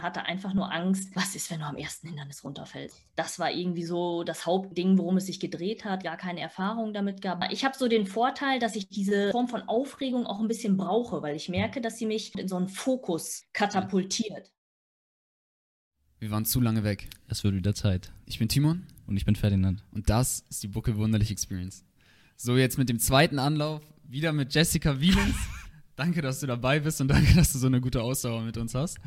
hatte einfach nur Angst, was ist, wenn du am ersten Hindernis runterfällst. Das war irgendwie so das Hauptding, worum es sich gedreht hat, gar keine Erfahrung damit gab. Ich habe so den Vorteil, dass ich diese Form von Aufregung auch ein bisschen brauche, weil ich merke, dass sie mich in so einen Fokus katapultiert. Wir waren zu lange weg. Es wird wieder Zeit. Ich bin Timon. Und ich bin Ferdinand. Und das ist die Buckel Wunderlich Experience. So, jetzt mit dem zweiten Anlauf, wieder mit Jessica Wielens. Danke, dass du dabei bist und danke, dass du so eine gute Ausdauer mit uns hast.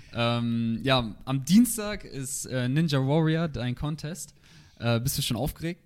Ja, am Dienstag ist Ninja Warrior dein Contest. Bist du schon aufgeregt?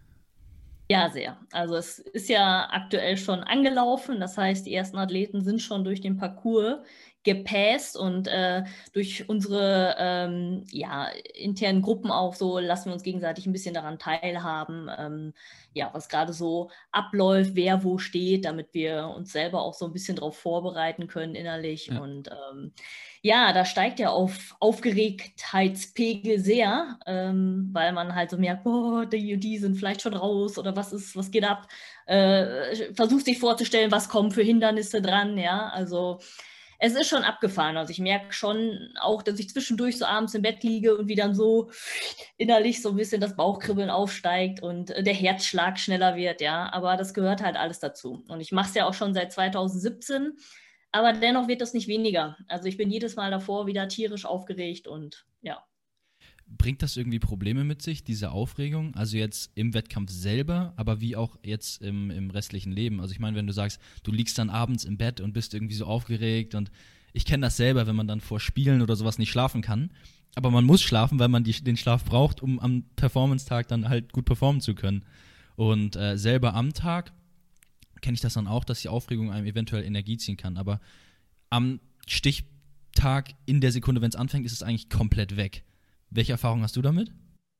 Ja, sehr. Also es ist ja aktuell schon angelaufen. Das heißt, die ersten Athleten sind schon durch den Parcours gepäst und durch unsere internen Gruppen auch so lassen wir uns gegenseitig ein bisschen daran teilhaben, was gerade so abläuft, wer wo steht, damit wir uns selber auch so ein bisschen darauf vorbereiten können innerlich. Ja. Und da steigt der Aufgeregtheitspegel sehr, weil man halt so merkt, boah, die sind vielleicht schon raus oder was geht ab? Versucht sich vorzustellen, was kommen für Hindernisse dran, ja, also es ist schon abgefahren. Also ich merke schon auch, dass ich zwischendurch so abends im Bett liege und wie dann so innerlich so ein bisschen das Bauchkribbeln aufsteigt und der Herzschlag schneller wird, ja. Aber das gehört halt alles dazu. Und ich mache es ja auch schon seit 2017, aber dennoch wird das nicht weniger. Also ich bin jedes Mal davor wieder tierisch aufgeregt und ja. Bringt das irgendwie Probleme mit sich, diese Aufregung? Also jetzt im Wettkampf selber, aber wie auch jetzt im restlichen Leben? Also ich meine, wenn du sagst, du liegst dann abends im Bett und bist irgendwie so aufgeregt und ich kenne das selber, wenn man dann vor Spielen oder sowas nicht schlafen kann. Aber man muss schlafen, weil man den Schlaf braucht, um am Performance-Tag dann halt gut performen zu können. Und selber am Tag kenne ich das dann auch, dass die Aufregung einem eventuell Energie ziehen kann. Aber am Stichtag in der Sekunde, wenn es anfängt, ist es eigentlich komplett weg. Welche Erfahrung hast du damit?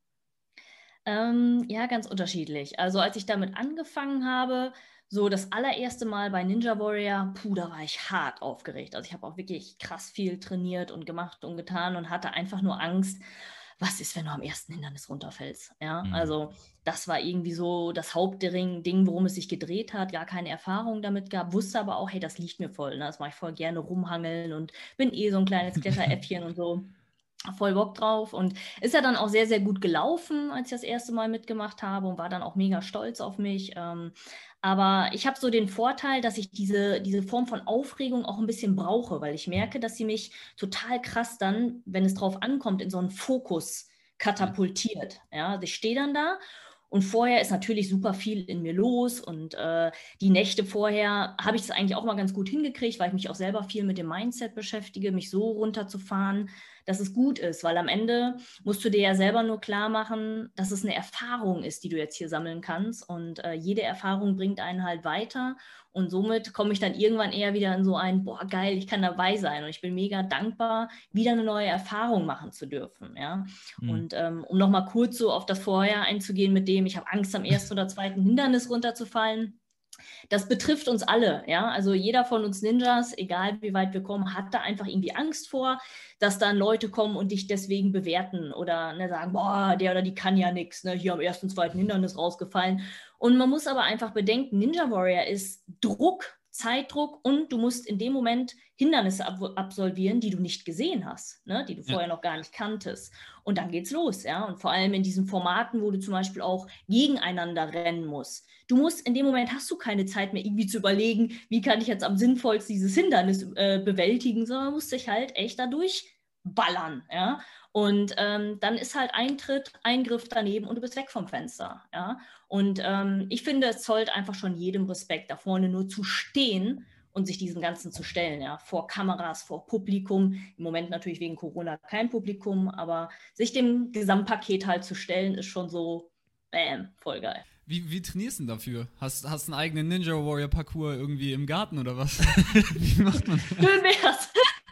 Ja, ganz unterschiedlich. Also als ich damit angefangen habe, so das allererste Mal bei Ninja Warrior, da war ich hart aufgeregt. Also ich habe auch wirklich krass viel trainiert und gemacht und getan und hatte einfach nur Angst, was ist, wenn du am ersten Hindernis runterfällst? Ja, also das war irgendwie so das Hauptding, worum es sich gedreht hat, gar keine Erfahrung damit gab, wusste aber auch, hey, das liegt mir voll. Ne? Das mache ich voll gerne rumhangeln und bin so ein kleines Kletteräffchen und so. Voll Bock drauf und ist ja dann auch sehr, sehr gut gelaufen, als ich das erste Mal mitgemacht habe und war dann auch mega stolz auf mich. Aber ich habe so den Vorteil, dass ich diese Form von Aufregung auch ein bisschen brauche, weil ich merke, dass sie mich total krass dann, wenn es drauf ankommt, in so einen Fokus katapultiert. Ja, also ich stehe dann da und vorher ist natürlich super viel in mir los und die Nächte vorher habe ich es eigentlich auch mal ganz gut hingekriegt, weil ich mich auch selber viel mit dem Mindset beschäftige, mich so runterzufahren, dass es gut ist, weil am Ende musst du dir ja selber nur klar machen, dass es eine Erfahrung ist, die du jetzt hier sammeln kannst und jede Erfahrung bringt einen halt weiter und somit komme ich dann irgendwann eher wieder in so ein, boah geil, ich kann dabei sein und ich bin mega dankbar, wieder eine neue Erfahrung machen zu dürfen, ja. Und um nochmal kurz so auf das Vorher einzugehen mit dem, ich habe Angst am ersten oder zweiten Hindernis runterzufallen. Das betrifft uns alle, ja, also jeder von uns Ninjas, egal wie weit wir kommen, hat da einfach irgendwie Angst vor, dass dann Leute kommen und dich deswegen bewerten oder sagen, boah, der oder die kann ja nichts, ne, hier am ersten, zweiten Hindernis rausgefallen. Und man muss aber einfach bedenken, Ninja Warrior ist Druck, Zeitdruck und du musst in dem Moment Hindernisse absolvieren, die du nicht gesehen hast, ne, die du vorher noch gar nicht kanntest. Und dann geht's los, ja. Und vor allem in diesen Formaten, wo du zum Beispiel auch gegeneinander rennen musst. Du musst in dem Moment, hast du keine Zeit mehr irgendwie zu überlegen, wie kann ich jetzt am sinnvollsten dieses Hindernis bewältigen, sondern musst dich halt echt da durchballern, ja. Und dann ist halt ein Griff daneben und du bist weg vom Fenster, ja. Und ich finde, es zollt einfach schon jedem Respekt, da vorne nur zu stehen und sich diesem Ganzen zu stellen, ja, vor Kameras, vor Publikum, im Moment natürlich wegen Corona kein Publikum, aber sich dem Gesamtpaket halt zu stellen, ist schon so, bam, voll geil. Wie trainierst du denn dafür? Hast du einen eigenen Ninja Warrior Parcours irgendwie im Garten oder was? Wie macht man das? Schön wär's.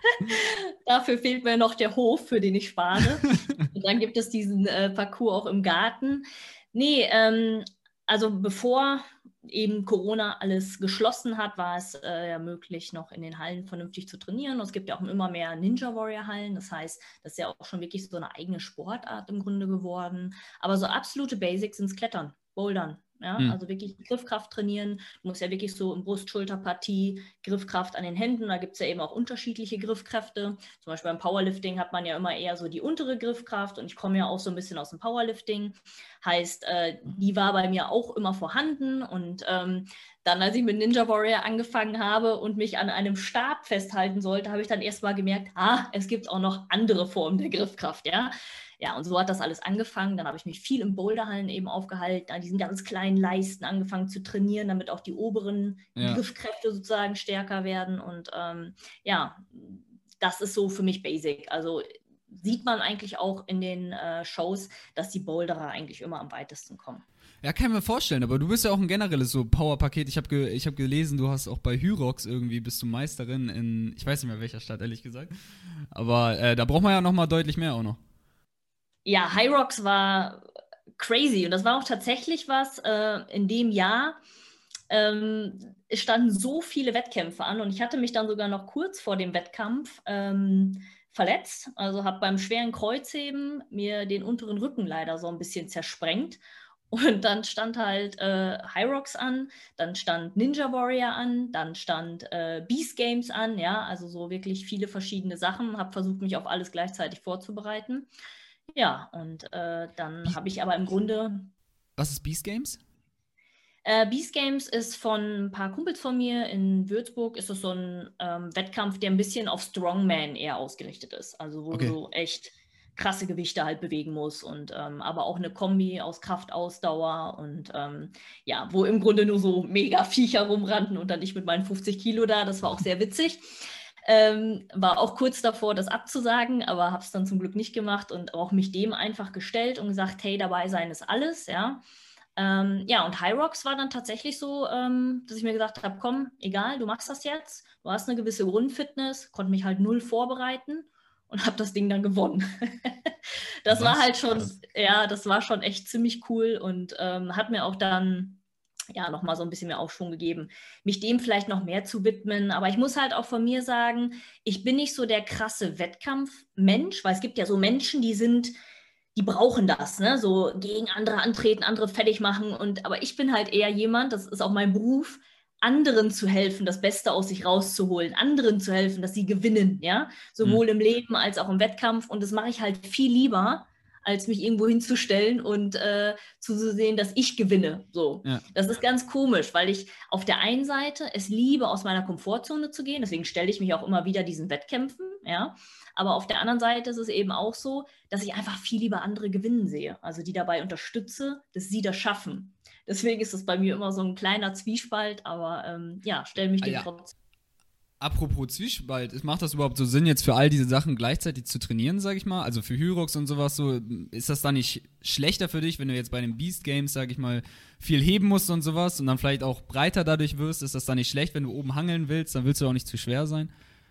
Dafür fehlt mir noch der Hof, für den ich spare. Und dann gibt es diesen Parcours auch im Garten. Nee, also bevor eben Corona alles geschlossen hat, war es ja möglich, noch in den Hallen vernünftig zu trainieren. Und es gibt ja auch immer mehr Ninja Warrior Hallen. Das heißt, das ist ja auch schon wirklich so eine eigene Sportart im Grunde geworden. Aber so absolute Basics sind Klettern, Bouldern, Ja, also wirklich Griffkraft trainieren. Du musst ja wirklich so im Brust-Schulter-Partie Griffkraft an den Händen. Da gibt es ja eben auch unterschiedliche Griffkräfte. Zum Beispiel beim Powerlifting hat man ja immer eher so die untere Griffkraft und ich komme ja auch so ein bisschen aus dem Powerlifting. Heißt, die war bei mir auch immer vorhanden und dann, als ich mit Ninja Warrior angefangen habe und mich an einem Stab festhalten sollte, habe ich dann erst mal gemerkt, es gibt auch noch andere Formen der Griffkraft, ja. Ja, und so hat das alles angefangen. Dann habe ich mich viel im Boulderhallen eben aufgehalten, an diesen ganz kleinen Leisten angefangen zu trainieren, damit auch die oberen Griffkräfte sozusagen stärker werden. Und das ist so für mich basic. Also sieht man eigentlich auch in den Shows, dass die Boulderer eigentlich immer am weitesten kommen. Ja, kann ich mir vorstellen, aber du bist ja auch ein generelles so Power-Paket. Ich hab gelesen, du hast auch bei Hyrox irgendwie, bist du Meisterin in, ich weiß nicht mehr welcher Stadt, ehrlich gesagt. Aber da braucht man ja nochmal deutlich mehr auch noch. Ja, Hyrox war crazy und das war auch tatsächlich was in dem Jahr. Es standen so viele Wettkämpfe an und ich hatte mich dann sogar noch kurz vor dem Wettkampf verletzt. Also habe beim schweren Kreuzheben mir den unteren Rücken leider so ein bisschen zersprengt. Und dann stand halt Hyrox an, dann stand Ninja Warrior an, dann stand Beast Games an, ja, also so wirklich viele verschiedene Sachen. Habe versucht, mich auf alles gleichzeitig vorzubereiten. Ja, und dann habe ich aber im Grunde... Was ist Beast Games? Beast Games ist von ein paar Kumpels von mir in Würzburg, ist das so ein Wettkampf, der ein bisschen auf Strongman eher ausgerichtet ist. Also wo du so echt krasse Gewichte halt bewegen musst und aber auch eine Kombi aus Kraft, Ausdauer und wo im Grunde nur so mega Viecher rumrannten und dann ich mit meinen 50 Kilo da. Das war auch sehr witzig. War auch kurz davor, das abzusagen, aber habe es dann zum Glück nicht gemacht und auch mich dem einfach gestellt und gesagt, hey, dabei sein ist alles, ja. Und Hyrox war dann tatsächlich so, dass ich mir gesagt habe, komm, egal, du machst das jetzt, du hast eine gewisse Grundfitness, konnte mich halt null vorbereiten und habe das Ding dann gewonnen. Das war halt schon, das war schon echt ziemlich cool und hat mir auch dann nochmal so ein bisschen mehr Aufschwung gegeben, mich dem vielleicht noch mehr zu widmen. Aber ich muss halt auch von mir sagen, ich bin nicht so der krasse Wettkampfmensch, weil es gibt ja so Menschen, die brauchen das, ne? So gegen andere antreten, andere fertig machen. Aber ich bin halt eher jemand, das ist auch mein Beruf, anderen zu helfen, das Beste aus sich rauszuholen, anderen zu helfen, dass sie gewinnen, ja? Sowohl im Leben als auch im Wettkampf. Und das mache ich halt viel lieber, als mich irgendwo hinzustellen und zu sehen, dass ich gewinne. So. Ja. Das ist ganz komisch, weil ich auf der einen Seite es liebe, aus meiner Komfortzone zu gehen. Deswegen stelle ich mich auch immer wieder diesen Wettkämpfen. Ja? Aber auf der anderen Seite ist es eben auch so, dass ich einfach viel lieber andere gewinnen sehe. Also die dabei unterstütze, dass sie das schaffen. Deswegen ist es bei mir immer so ein kleiner Zwiespalt, aber stelle mich dem trotzdem. Apropos Zwiespalt, macht das überhaupt so Sinn, jetzt für all diese Sachen gleichzeitig zu trainieren, sag ich mal? Also für Hyrox und sowas so, ist das dann nicht schlechter für dich, wenn du jetzt bei den Beast Games, sag ich mal, viel heben musst und sowas und dann vielleicht auch breiter dadurch wirst? Ist das dann nicht schlecht, wenn du oben hangeln willst? Dann willst du auch nicht zu schwer sein?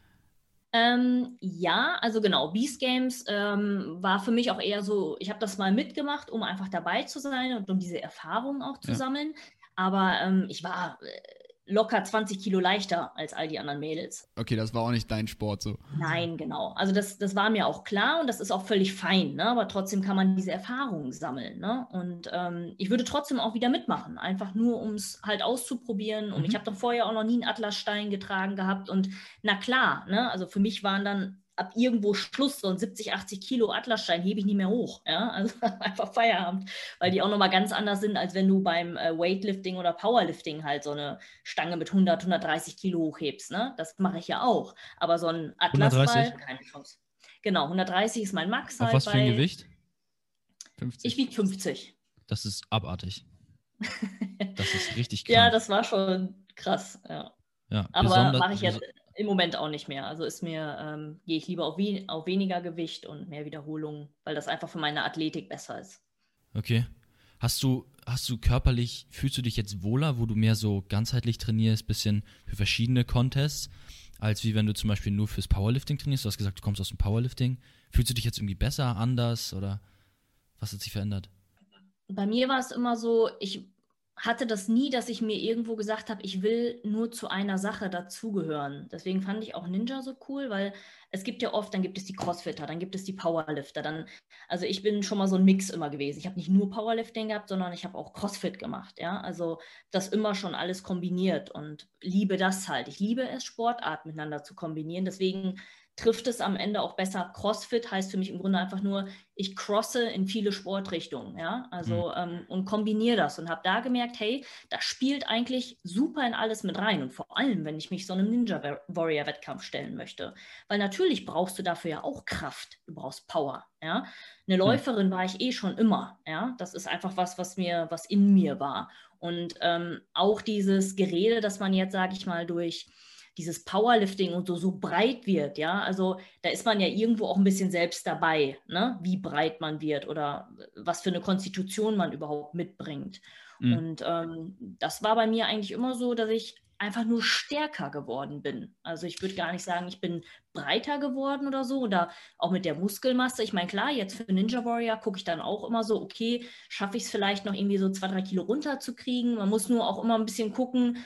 Also genau, Beast Games war für mich auch eher so, ich habe das mal mitgemacht, um einfach dabei zu sein und um diese Erfahrung auch zu sammeln. Aber ich war locker 20 Kilo leichter als all die anderen Mädels. Okay, das war auch nicht dein Sport so. Nein, genau. Also das war mir auch klar und das ist auch völlig fein, ne? Aber trotzdem kann man diese Erfahrungen sammeln, ne? Und ich würde trotzdem auch wieder mitmachen, einfach nur, um es halt auszuprobieren. Und ich habe doch vorher auch noch nie einen Atlasstein getragen gehabt und na klar, ne? Also für mich waren dann ab irgendwo Schluss, so ein 70, 80 Kilo Atlasstein hebe ich nicht mehr hoch. Ja? Also einfach Feierabend, weil die auch nochmal ganz anders sind, als wenn du beim Weightlifting oder Powerlifting halt so eine Stange mit 100, 130 Kilo hochhebst. Ne? Das mache ich ja auch. Aber so ein Atlasball, keine Chance. Genau, 130 ist mein Max. Auf was für ein Gewicht? 50. Ich wiege 50. Das ist abartig. Das ist richtig krass. Ja, das war schon krass, ja. Aber mache ich jetzt im Moment auch nicht mehr. Also gehe ich lieber auf weniger Gewicht und mehr Wiederholungen, weil das einfach für meine Athletik besser ist. Okay. Hast du körperlich, fühlst du dich jetzt wohler, wo du mehr so ganzheitlich trainierst, bisschen für verschiedene Contests, als wie wenn du zum Beispiel nur fürs Powerlifting trainierst? Du hast gesagt, du kommst aus dem Powerlifting. Fühlst du dich jetzt irgendwie besser, anders oder was hat sich verändert? Bei mir war es immer so, ich hatte das nie, dass ich mir irgendwo gesagt habe, ich will nur zu einer Sache dazugehören. Deswegen fand ich auch Ninja so cool, weil es gibt ja oft, dann gibt es die Crossfitter, dann gibt es die Powerlifter, also ich bin schon mal so ein Mix immer gewesen. Ich habe nicht nur Powerlifting gehabt, sondern ich habe auch Crossfit gemacht, ja. Also das immer schon alles kombiniert und liebe das halt. Ich liebe es, Sportarten miteinander zu kombinieren. Deswegen trifft es am Ende auch besser. CrossFit heißt für mich im Grunde einfach nur, ich crosse in viele Sportrichtungen, ja, also und kombiniere das und habe da gemerkt, hey, das spielt eigentlich super in alles mit rein und vor allem, wenn ich mich so einem Ninja Warrior Wettkampf stellen möchte, weil natürlich brauchst du dafür ja auch Kraft, du brauchst Power, ja. Eine Läuferin war ich eh schon immer, ja, das ist einfach was in mir war und auch dieses Gerede, dass man jetzt, sage ich mal, durch dieses Powerlifting und so breit wird, ja, also da ist man ja irgendwo auch ein bisschen selbst dabei, ne? Wie breit man wird oder was für eine Konstitution man überhaupt mitbringt. Und das war bei mir eigentlich immer so, dass ich einfach nur stärker geworden bin. Also ich würde gar nicht sagen, ich bin breiter geworden oder so oder auch mit der Muskelmasse. Ich meine, klar, jetzt für Ninja Warrior gucke ich dann auch immer so, okay, schaffe ich es vielleicht noch irgendwie so 2, 3 Kilo runterzukriegen. Man muss nur auch immer ein bisschen gucken,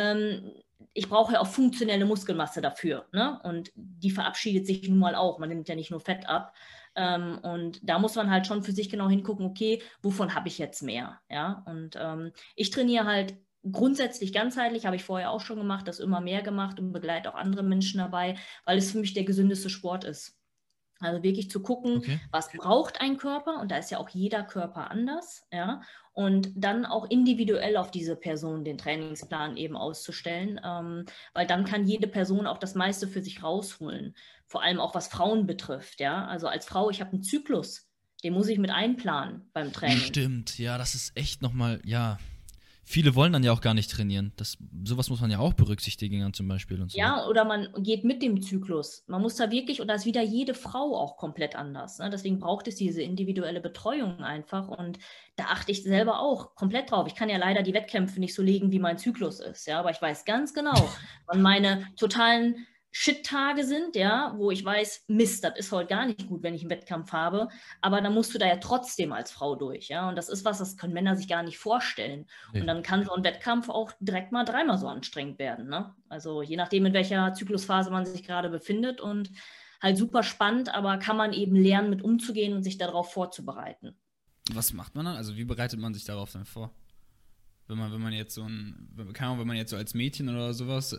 ich brauche ja auch funktionelle Muskelmasse dafür, ne? Und die verabschiedet sich nun mal auch. Man nimmt ja nicht nur Fett ab. Und da muss man halt schon für sich genau hingucken, okay, wovon habe ich jetzt mehr? Ja? Und ich trainiere halt grundsätzlich ganzheitlich, habe ich vorher auch schon gemacht, das immer mehr gemacht und begleite auch andere Menschen dabei, weil es für mich der gesündeste Sport ist. Also wirklich zu gucken, was braucht ein Körper, und da ist ja auch jeder Körper anders, ja, und dann auch individuell auf diese Person den Trainingsplan eben auszustellen, weil dann kann jede Person auch das meiste für sich rausholen, vor allem auch was Frauen betrifft, ja, also als Frau, ich habe einen Zyklus, den muss ich mit einplanen beim Training. Stimmt, ja, das ist echt nochmal, ja, viele wollen dann ja auch gar nicht trainieren. Sowas muss man ja auch berücksichtigen dann zum Beispiel und so. Ja, oder man geht mit dem Zyklus. Man muss da wirklich, und da ist wieder jede Frau auch komplett anders. Ne? Deswegen braucht es diese individuelle Betreuung einfach. Und da achte ich selber auch komplett drauf. Ich kann ja leider die Wettkämpfe nicht so legen, wie mein Zyklus ist. Ja, aber ich weiß ganz genau, wann meine totalen Shit-Tage sind, ja, wo ich weiß, Mist, das ist heute gar nicht gut, wenn ich einen Wettkampf habe. Aber dann musst du da ja trotzdem als Frau durch. Ja, und das ist was, das können Männer sich gar nicht vorstellen. Nee. Und dann kann so ein Wettkampf auch direkt mal 3-mal so anstrengend werden. Ne? Also je nachdem, in welcher Zyklusphase man sich gerade befindet und halt super spannend, aber kann man eben lernen, mit umzugehen und sich darauf vorzubereiten. Was macht man dann? Also wie bereitet man sich darauf dann vor? Wenn man jetzt keine Ahnung, wenn man jetzt so als Mädchen oder sowas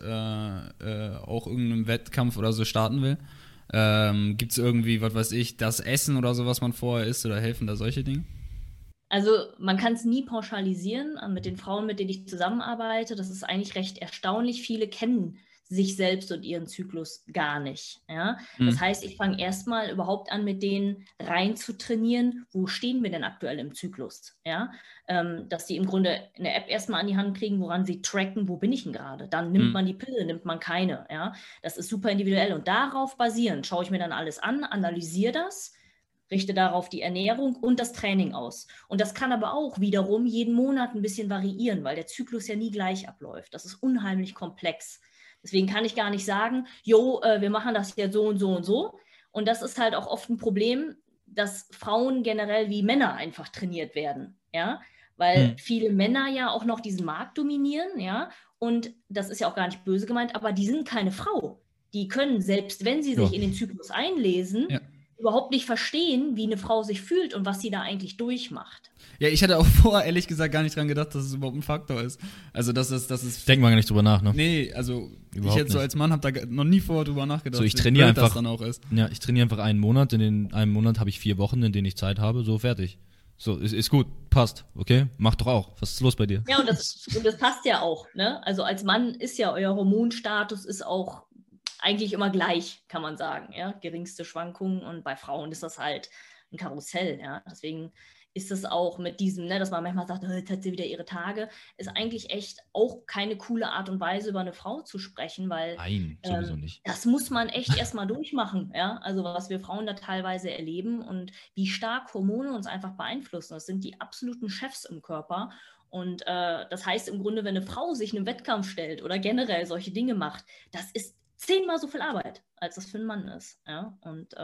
auch irgendeinen Wettkampf oder so starten will, gibt es irgendwie, was weiß ich, das Essen oder so, was man vorher isst, oder helfen da solche Dinge? Also man kann es nie pauschalisieren. Mit den Frauen, mit denen ich zusammenarbeite, das ist eigentlich recht erstaunlich. Viele kennen sich selbst und ihren Zyklus gar nicht. Ja? Das heißt, ich fange erstmal überhaupt an, mit denen rein zu trainieren, wo stehen wir denn aktuell im Zyklus? Ja? Dass die im Grunde eine App erstmal an die Hand kriegen, woran sie tracken, wo bin ich denn gerade? Dann nimmt man die Pille, nimmt man keine. Ja? Das ist super individuell und darauf basierend schaue ich mir dann alles an, analysiere das, richte darauf die Ernährung und das Training aus. Und das kann aber auch wiederum jeden Monat ein bisschen variieren, weil der Zyklus ja nie gleich abläuft. Das ist unheimlich komplex. Deswegen kann ich gar nicht sagen, wir machen das jetzt so und so und so. Und das ist halt auch oft ein Problem, dass Frauen generell wie Männer einfach trainiert werden, ja, weil viele Männer ja auch noch diesen Markt dominieren, ja, und das ist ja auch gar nicht böse gemeint, aber die sind keine Frau. Die können, selbst wenn sie sich in den Zyklus einlesen, überhaupt nicht verstehen, wie eine Frau sich fühlt und was sie da eigentlich durchmacht. Ja, ich hatte auch vorher ehrlich gesagt gar nicht dran gedacht, dass es überhaupt ein Faktor ist. Also, das ist Denkt man gar nicht drüber nach, ne? Nee, also Überhaupt ich jetzt so nicht. als Mann habe da noch nie vorher drüber nachgedacht. So, ich trainiere wie blöd einfach. das dann auch ist. Ja, ich trainiere einfach einen Monat. In einem Monat habe ich 4 Wochen, in denen ich Zeit habe. So, fertig. So, ist gut, passt, okay? Mach doch auch. Was ist los bei dir? Ja, und das passt ja auch, ne? Also als Mann ist ja euer Hormonstatus ist auch eigentlich immer gleich, kann man sagen, ja? Geringste Schwankungen, und bei Frauen ist das halt ein Karussell, ja? Deswegen ist es auch mit diesem, ne, dass man manchmal sagt, jetzt hat sie wieder ihre Tage, ist eigentlich echt auch keine coole Art und Weise, über eine Frau zu sprechen, weil Nein, sowieso nicht. das muss man echt erstmal durchmachen, ja, also was wir Frauen da teilweise erleben und wie stark Hormone uns einfach beeinflussen. Das sind die absoluten Chefs im Körper, und das heißt im Grunde, wenn eine Frau sich einem Wettkampf stellt oder generell solche Dinge macht, das ist 10-mal so viel Arbeit, als das für einen Mann ist, ja, und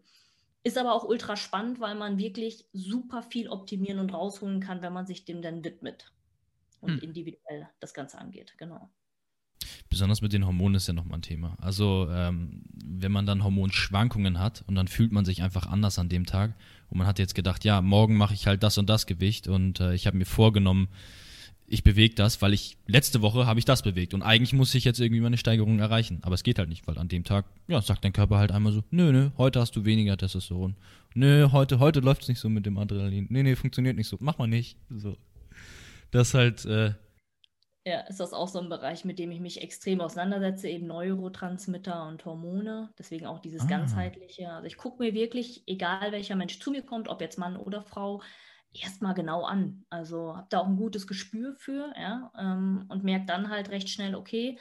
ist aber auch ultra spannend, weil man wirklich super viel optimieren und rausholen kann, wenn man sich dem dann widmet. und individuell das Ganze angeht. Genau. Besonders mit den Hormonen ist ja nochmal ein Thema. Also wenn man dann Hormonschwankungen hat und dann fühlt man sich einfach anders an dem Tag und man hat jetzt gedacht, ja, morgen mache ich halt das und das Gewicht und ich habe mir vorgenommen, ich bewege das, weil letzte Woche habe ich das bewegt und eigentlich muss ich jetzt irgendwie meine Steigerung erreichen. Aber es geht halt nicht, weil an dem Tag, ja, sagt dein Körper halt einmal so, nö, heute hast du weniger Testosteron. Nö, heute läuft es nicht so mit dem Adrenalin. Nee, funktioniert nicht so. Mach mal nicht. So. Das halt, Ja, ist das auch so ein Bereich, mit dem ich mich extrem auseinandersetze, eben Neurotransmitter und Hormone, deswegen auch dieses ganzheitliche. Also ich gucke mir wirklich, egal welcher Mensch zu mir kommt, ob jetzt Mann oder Frau, erstmal genau an. Also habe da auch ein gutes Gespür für, ja, und merke dann halt recht schnell, okay,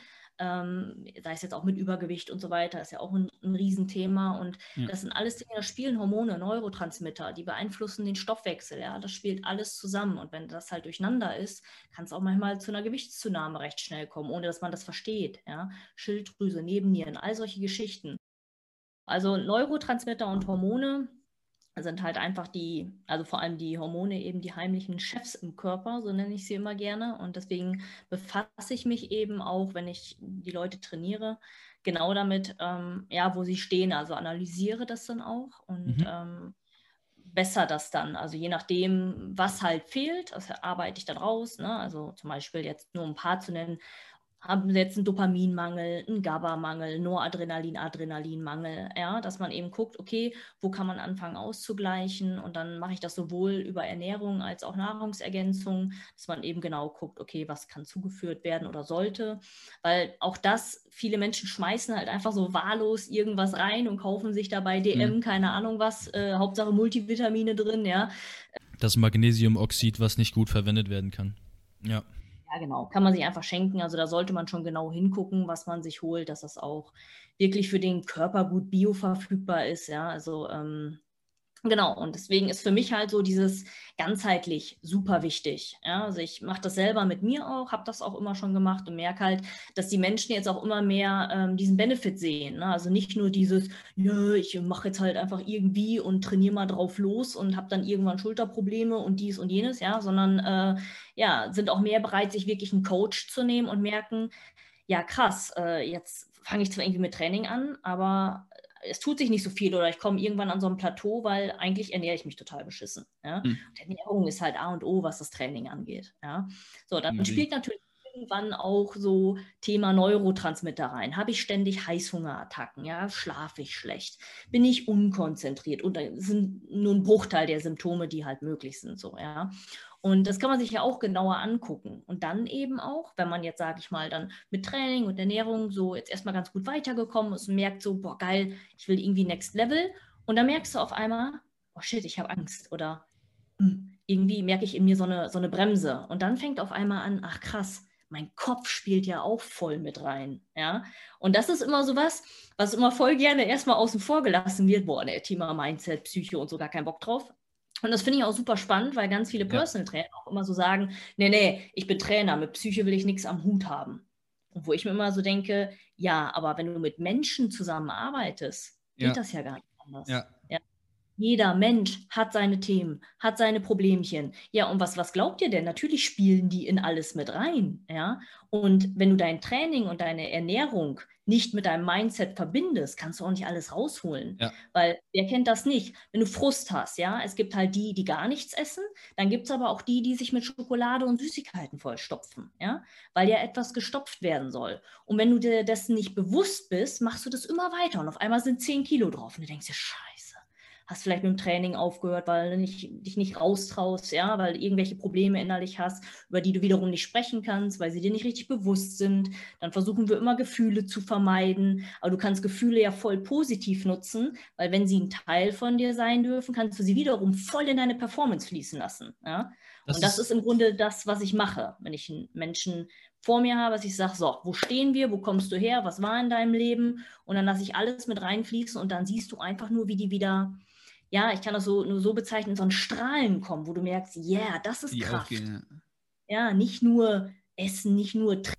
sei es jetzt auch mit Übergewicht und so weiter, ist ja auch ein Riesenthema. Und Ja. das sind alles Dinge, da spielen Hormone, Neurotransmitter, die beeinflussen den Stoffwechsel, ja, das spielt alles zusammen. Und wenn das halt durcheinander ist, kann es auch manchmal zu einer Gewichtszunahme recht schnell kommen, ohne dass man das versteht, ja. Schilddrüse, Nebennieren, all solche Geschichten. Also Neurotransmitter und Hormone sind halt einfach also vor allem die Hormone eben die heimlichen Chefs im Körper, so nenne ich sie immer gerne. Und deswegen befasse ich mich eben auch, wenn ich die Leute trainiere, genau damit, ja, wo sie stehen. Also analysiere das dann auch und besser das dann. Also je nachdem, was halt fehlt, das arbeite ich dann raus. Ne? Also zum Beispiel jetzt nur ein paar zu nennen, haben sie jetzt einen Dopaminmangel, einen GABA-Mangel, Noradrenalin, Adrenalinmangel, ja, dass man eben guckt, okay, wo kann man anfangen auszugleichen und dann mache ich das sowohl über Ernährung als auch Nahrungsergänzung, dass man eben genau guckt, okay, was kann zugeführt werden oder sollte, weil auch das, viele Menschen schmeißen halt einfach so wahllos irgendwas rein und kaufen sich dabei DM, keine Ahnung was, Hauptsache Multivitamine drin, ja. das Magnesiumoxid, was nicht gut verwendet werden kann. Ja. Ja, genau. Kann man sich einfach schenken. Also da sollte man schon genau hingucken, was man sich holt, dass das auch wirklich für den Körper gut bioverfügbar ist. Ja, also genau. Und deswegen ist für mich halt so dieses ganzheitlich super wichtig. Ja, also ich mache das selber mit mir auch, habe das auch immer schon gemacht und merke halt, dass die Menschen jetzt auch immer mehr diesen Benefit sehen. Ne? Also nicht nur dieses, ja, ich mache jetzt halt einfach irgendwie und trainiere mal drauf los und habe dann irgendwann Schulterprobleme und dies und jenes, ja, sondern ja, sind auch mehr bereit, sich wirklich einen Coach zu nehmen und merken, ja, krass, jetzt fange ich zwar irgendwie mit Training an, aber es tut sich nicht so viel oder ich komme irgendwann an so ein Plateau, weil eigentlich ernähre ich mich total beschissen. Ja? Und Ernährung ist halt A und O, was das Training angeht. Ja? So, dann spielt natürlich irgendwann auch so Thema Neurotransmitter rein. Habe ich ständig Heißhungerattacken? Ja? Schlafe ich schlecht? Bin ich unkonzentriert? Und da sind nur ein Bruchteil der Symptome, die halt möglich sind. So, ja? Und das kann man sich ja auch genauer angucken. Und dann eben auch, wenn man jetzt, sage ich mal, dann mit Training und Ernährung so jetzt erstmal ganz gut weitergekommen ist und merkt so, boah, geil, ich will irgendwie Next Level. Und dann merkst du auf einmal, oh shit, ich habe Angst. Oder irgendwie merke ich in mir so eine Bremse. Und dann fängt auf einmal an, ach krass, mein Kopf spielt ja auch voll mit rein. Ja? Und das ist immer so was immer voll gerne erstmal außen vor gelassen wird. Boah, der Thema Mindset, Psyche und so gar keinen Bock drauf. Und das finde ich auch super spannend, weil ganz viele Personal Trainer auch immer so sagen, nee, ich bin Trainer, mit Psyche will ich nichts am Hut haben. Und wo ich mir immer so denke, ja, aber wenn du mit Menschen zusammenarbeitest, geht das ja gar nicht anders. Ja. Ja. Jeder Mensch hat seine Themen, hat seine Problemchen. Ja, und was glaubt ihr denn? Natürlich spielen die in alles mit rein, ja. Und wenn du dein Training und deine Ernährung nicht mit deinem Mindset verbindest, kannst du auch nicht alles rausholen. Ja. Weil wer kennt das nicht? Wenn du Frust hast, ja, es gibt halt die gar nichts essen, dann gibt es aber auch die sich mit Schokolade und Süßigkeiten vollstopfen, ja, weil ja etwas gestopft werden soll. Und wenn du dir dessen nicht bewusst bist, machst du das immer weiter und auf einmal sind 10 Kilo drauf und du denkst dir, Scheiße. Hast vielleicht mit dem Training aufgehört, weil du dich nicht raustraust, ja, weil du irgendwelche Probleme innerlich hast, über die du wiederum nicht sprechen kannst, weil sie dir nicht richtig bewusst sind. Dann versuchen wir immer Gefühle zu vermeiden. Aber du kannst Gefühle ja voll positiv nutzen, weil wenn sie ein Teil von dir sein dürfen, kannst du sie wiederum voll in deine Performance fließen lassen. Ja? Und das ist im Grunde das, was ich mache, wenn ich einen Menschen vor mir habe, dass ich sage, so, wo stehen wir, wo kommst du her, was war in deinem Leben? Und dann lasse ich alles mit reinfließen und dann siehst du einfach nur, wie die wieder, ja, ich kann das nur so bezeichnen, so ein Strahlen kommen, wo du merkst, yeah, das ist Die Kraft. aufgehen, ja, nicht nur Essen, nicht nur Trinken.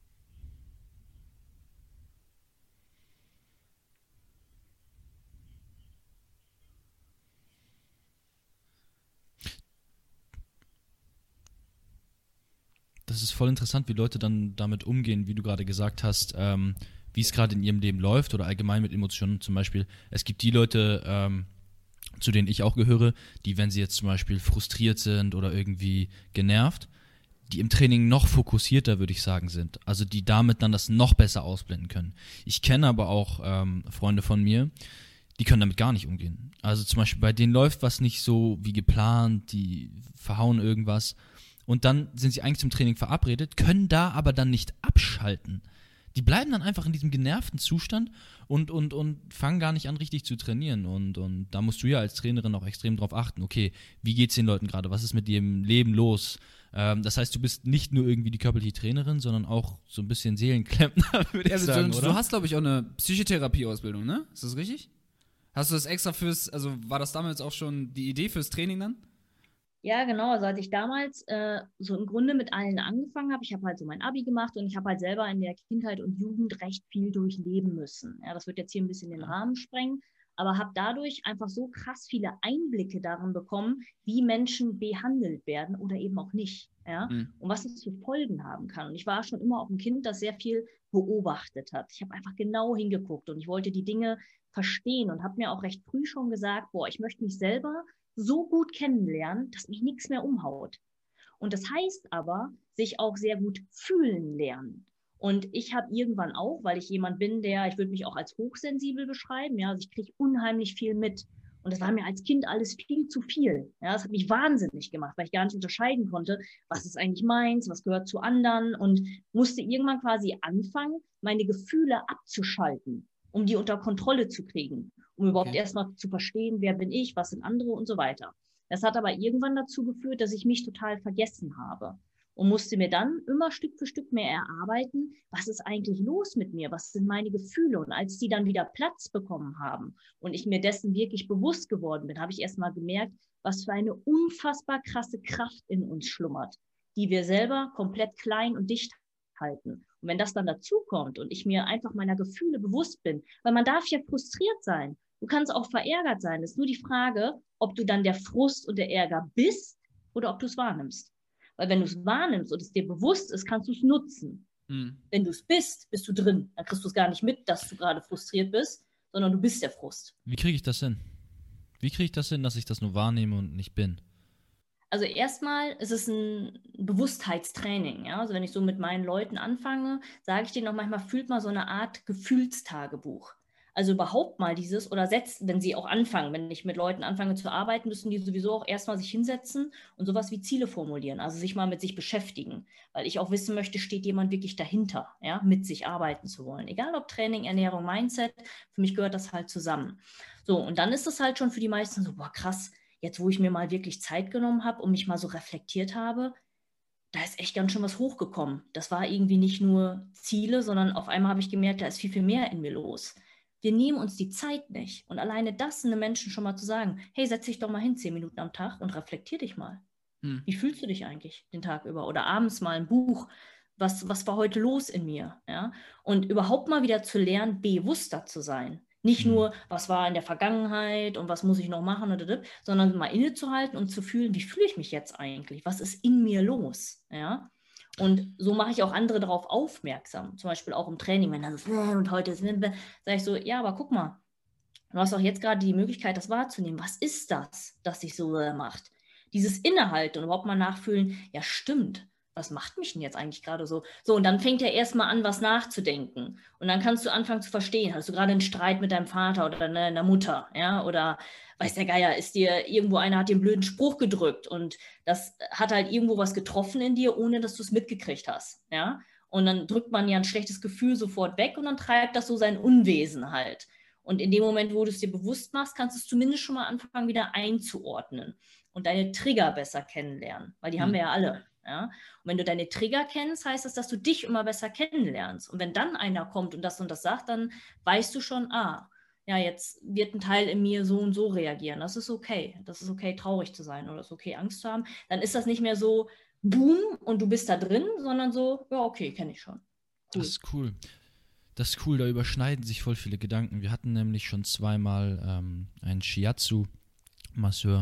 das ist voll interessant, wie Leute dann damit umgehen, wie du gerade gesagt hast, wie es gerade in ihrem Leben läuft oder allgemein mit Emotionen. Zum Beispiel, es gibt die Leute, zu denen ich auch gehöre, die, wenn sie jetzt zum Beispiel frustriert sind oder irgendwie genervt, die im Training noch fokussierter, würde ich sagen, sind. Also die damit dann das noch besser ausblenden können. Ich kenne aber auch Freunde von mir, die können damit gar nicht umgehen. Also zum Beispiel bei denen läuft was nicht so wie geplant, die verhauen irgendwas und dann sind sie eigentlich zum Training verabredet, können da aber dann nicht abschalten. Die bleiben dann einfach in diesem genervten Zustand und fangen gar nicht an, richtig zu trainieren. Und da musst du ja als Trainerin auch extrem drauf achten, okay, wie geht's den Leuten gerade, was ist mit ihrem Leben los? Das heißt, du bist nicht nur irgendwie die körperliche Trainerin, sondern auch so ein bisschen Seelenklempner, würde ich sagen, oder? Du hast, glaube ich, auch eine Psychotherapie-Ausbildung, ne? Ist das richtig? Hast du das extra war das damals auch schon die Idee fürs Training dann? Ja, genau. Also als ich damals so im Grunde mit allen angefangen habe, ich habe halt so mein Abi gemacht und ich habe halt selber in der Kindheit und Jugend recht viel durchleben müssen. Ja, das wird jetzt hier ein bisschen den Rahmen sprengen, aber habe dadurch einfach so krass viele Einblicke darin bekommen, wie Menschen behandelt werden oder eben auch nicht. Ja? Und was es für Folgen haben kann. Und ich war schon immer auch ein Kind, das sehr viel beobachtet hat. Ich habe einfach genau hingeguckt und ich wollte die Dinge verstehen und habe mir auch recht früh schon gesagt, boah, ich möchte mich selber so gut kennenlernen, dass mich nichts mehr umhaut. Und das heißt aber, sich auch sehr gut fühlen lernen. Und ich habe irgendwann auch, weil ich jemand bin, ich würde mich auch als hochsensibel beschreiben, ja, also ich kriege unheimlich viel mit. Und das war mir als Kind alles viel zu viel. Ja, das hat mich wahnsinnig gemacht, weil ich gar nicht unterscheiden konnte, was ist eigentlich meins, was gehört zu anderen und musste irgendwann quasi anfangen, meine Gefühle abzuschalten, um die unter Kontrolle zu kriegen, um überhaupt erstmal zu verstehen, wer bin ich, was sind andere und so weiter. Das hat aber irgendwann dazu geführt, dass ich mich total vergessen habe und musste mir dann immer Stück für Stück mehr erarbeiten, was ist eigentlich los mit mir, was sind meine Gefühle. Und als die dann wieder Platz bekommen haben und ich mir dessen wirklich bewusst geworden bin, habe ich erstmal gemerkt, was für eine unfassbar krasse Kraft in uns schlummert, die wir selber komplett klein und dicht halten. Und wenn das dann dazu kommt und ich mir einfach meiner Gefühle bewusst bin, weil man darf ja frustriert sein, du kannst auch verärgert sein, es ist nur die Frage, ob du dann der Frust und der Ärger bist oder ob du es wahrnimmst. Weil wenn du es wahrnimmst und es dir bewusst ist, kannst du es nutzen. Wenn du es bist, bist du drin. Dann kriegst du es gar nicht mit, dass du gerade frustriert bist, sondern du bist der Frust. Wie kriege ich das hin? Wie kriege ich das hin, dass ich das nur wahrnehme und nicht bin? Also erstmal ist es ein Bewusstheitstraining. Ja? Also wenn ich so mit meinen Leuten anfange, sage ich denen auch manchmal, fühlt mal so eine Art Gefühlstagebuch. Also überhaupt mal wenn sie auch anfangen, wenn ich mit Leuten anfange zu arbeiten, müssen die sowieso auch erstmal sich hinsetzen und sowas wie Ziele formulieren, also sich mal mit sich beschäftigen, weil ich auch wissen möchte, steht jemand wirklich dahinter, ja, mit sich arbeiten zu wollen. Egal ob Training, Ernährung, Mindset, für mich gehört das halt zusammen. So, und dann ist es halt schon für die meisten so, boah, krass, jetzt wo ich mir mal wirklich Zeit genommen habe und mich mal so reflektiert habe, da ist echt ganz schön was hochgekommen. Das war irgendwie nicht nur Ziele, sondern auf einmal habe ich gemerkt, da ist viel, viel mehr in mir los. Wir nehmen uns die Zeit nicht. Und alleine das einem Menschen schon mal zu sagen, hey, setz dich doch mal hin 10 Minuten am Tag und reflektier dich mal. Wie fühlst du dich eigentlich den Tag über? Oder abends mal ein Buch, was war heute los in mir? Ja? Und überhaupt mal wieder zu lernen, bewusster zu sein. Nicht nur, was war in der Vergangenheit und was muss ich noch machen, sondern mal innezuhalten und zu fühlen, wie fühle ich mich jetzt eigentlich? Was ist in mir los? Ja? Und so mache ich auch andere darauf aufmerksam. Zum Beispiel auch im Training, wenn dann so, und heute ist, sage ich so, ja, aber guck mal, du hast auch jetzt gerade die Möglichkeit, das wahrzunehmen. Was ist das dich so macht? Dieses Innehalten und überhaupt mal nachfühlen, ja, stimmt. Was macht mich denn jetzt eigentlich gerade so? So, und dann fängt er erstmal an, was nachzudenken. Und dann kannst du anfangen zu verstehen. Hast du gerade einen Streit mit deinem Vater oder deiner Mutter? Ja? Oder weiß der Geier, hat dir einen blöden Spruch gedrückt und das hat halt irgendwo was getroffen in dir, ohne dass du es mitgekriegt hast. Ja? Und dann drückt man ja ein schlechtes Gefühl sofort weg und dann treibt das so sein Unwesen halt. Und in dem Moment, wo du es dir bewusst machst, kannst du es zumindest schon mal anfangen, wieder einzuordnen und deine Trigger besser kennenlernen, weil die haben wir ja alle. Ja? Und wenn du deine Trigger kennst, heißt das, dass du dich immer besser kennenlernst. Und wenn dann einer kommt und das sagt, dann weißt du schon, ja, jetzt wird ein Teil in mir so und so reagieren. Das ist okay. Das ist okay, traurig zu sein oder es ist okay, Angst zu haben. Dann ist das nicht mehr so boom und du bist da drin, sondern so, ja, okay, kenne ich schon. Cool. Das ist cool. Das ist cool, da überschneiden sich voll viele Gedanken. Wir hatten nämlich schon zweimal einen Shiatsu-Masseur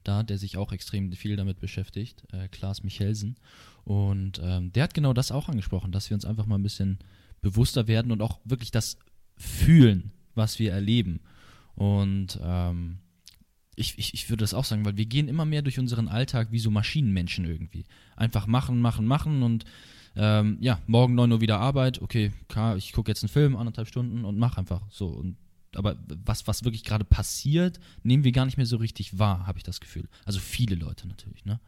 da, der sich auch extrem viel damit beschäftigt, Klaas Michelsen. Und der hat genau das auch angesprochen, dass wir uns einfach mal ein bisschen bewusster werden und auch wirklich das fühlen, was wir erleben. Und ich würde das auch sagen, weil wir gehen immer mehr durch unseren Alltag wie so Maschinenmenschen irgendwie. Einfach machen, machen, machen und morgen 9 Uhr wieder Arbeit, okay, klar, ich gucke jetzt einen Film, 1,5 Stunden und mach einfach so. Aber was wirklich gerade passiert, nehmen wir gar nicht mehr so richtig wahr, habe ich das Gefühl. Also viele Leute natürlich, ne?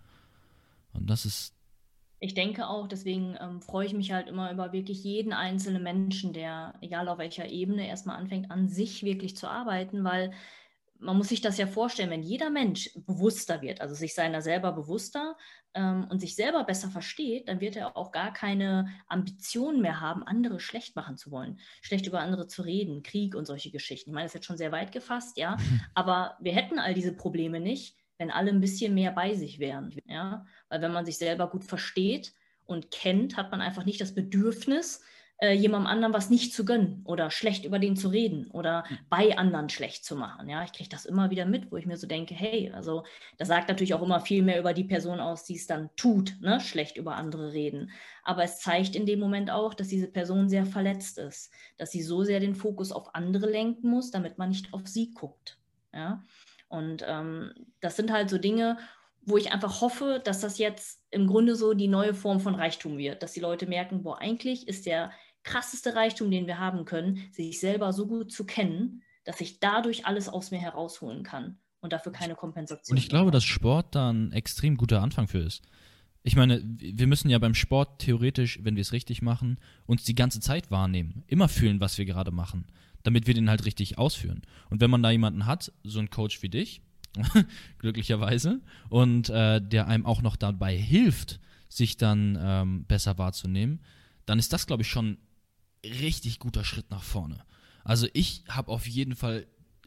Und das ist. Ich denke auch, deswegen freue ich mich halt immer über wirklich jeden einzelnen Menschen, der, egal auf welcher Ebene, erstmal anfängt, an sich wirklich zu arbeiten, weil man muss sich das ja vorstellen, wenn jeder Mensch bewusster wird, also sich seiner selber bewusster und sich selber besser versteht, dann wird er auch gar keine Ambitionen mehr haben, andere schlecht machen zu wollen, schlecht über andere zu reden, Krieg und solche Geschichten. Ich meine, das ist jetzt schon sehr weit gefasst, ja, aber wir hätten all diese Probleme nicht, wenn alle ein bisschen mehr bei sich wären, ja, weil wenn man sich selber gut versteht und kennt, hat man einfach nicht das Bedürfnis, jemandem anderen was nicht zu gönnen oder schlecht über den zu reden oder bei anderen schlecht zu machen. Ja, ich kriege das immer wieder mit, wo ich mir so denke, hey, also das sagt natürlich auch immer viel mehr über die Person aus, die es dann tut, ne? Schlecht über andere reden. Aber es zeigt in dem Moment auch, dass diese Person sehr verletzt ist, dass sie so sehr den Fokus auf andere lenken muss, damit man nicht auf sie guckt. Ja? Und das sind halt so Dinge, wo ich einfach hoffe, dass das jetzt im Grunde so die neue Form von Reichtum wird, dass die Leute merken, boah, eigentlich ist der krasseste Reichtum, den wir haben können, sich selber so gut zu kennen, dass ich dadurch alles aus mir herausholen kann und dafür keine Kompensation. Und ich glaube, dass Sport da ein extrem guter Anfang für ist. Ich meine, wir müssen ja beim Sport theoretisch, wenn wir es richtig machen, uns die ganze Zeit wahrnehmen. Immer fühlen, was wir gerade machen, damit wir den halt richtig ausführen. Und wenn man da jemanden hat, so einen Coach wie dich, glücklicherweise, und der einem auch noch dabei hilft, sich dann besser wahrzunehmen, dann ist das, glaube ich, schon richtig guter Schritt nach vorne. Also ich habe auf jeden Fall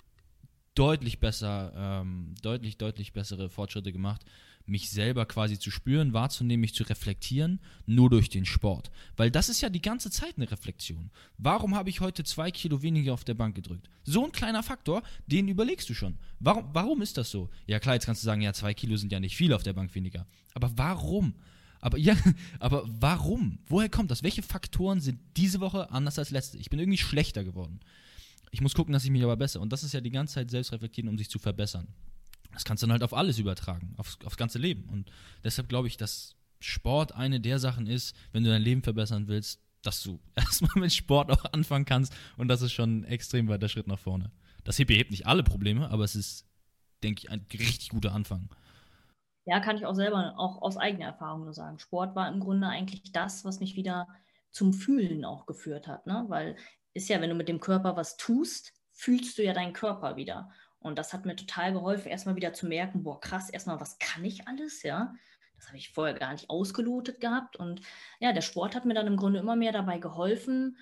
deutlich bessere Fortschritte gemacht, mich selber quasi zu spüren, wahrzunehmen, mich zu reflektieren, nur durch den Sport. Weil das ist ja die ganze Zeit eine Reflexion. Warum habe ich heute 2 Kilo weniger auf der Bank gedrückt? So ein kleiner Faktor, den überlegst du schon. Warum ist das so? Ja klar, jetzt kannst du sagen, ja 2 Kilo sind ja nicht viel auf der Bank weniger. Aber warum? Aber warum? Woher kommt das? Welche Faktoren sind diese Woche anders als letzte? Ich bin irgendwie schlechter geworden. Ich muss gucken, dass ich mich aber bessere. Und das ist ja die ganze Zeit selbst reflektieren, um sich zu verbessern. Das kannst du dann halt auf alles übertragen, aufs ganze Leben. Und deshalb glaube ich, dass Sport eine der Sachen ist, wenn du dein Leben verbessern willst, dass du erstmal mit Sport auch anfangen kannst. Und das ist schon ein extrem weiter Schritt nach vorne. Das hebt nicht alle Probleme, aber es ist, denke ich, ein richtig guter Anfang. Ja, kann ich auch selber, auch aus eigener Erfahrung nur sagen. Sport war im Grunde eigentlich das, was mich wieder zum Fühlen auch geführt hat, ne? Weil ist ja, wenn du mit dem Körper was tust, fühlst du ja deinen Körper wieder. Und das hat mir total geholfen, erstmal wieder zu merken, boah, krass, erstmal, was kann ich alles, ja? Das habe ich vorher gar nicht ausgelotet gehabt. Und ja, der Sport hat mir dann im Grunde immer mehr dabei geholfen,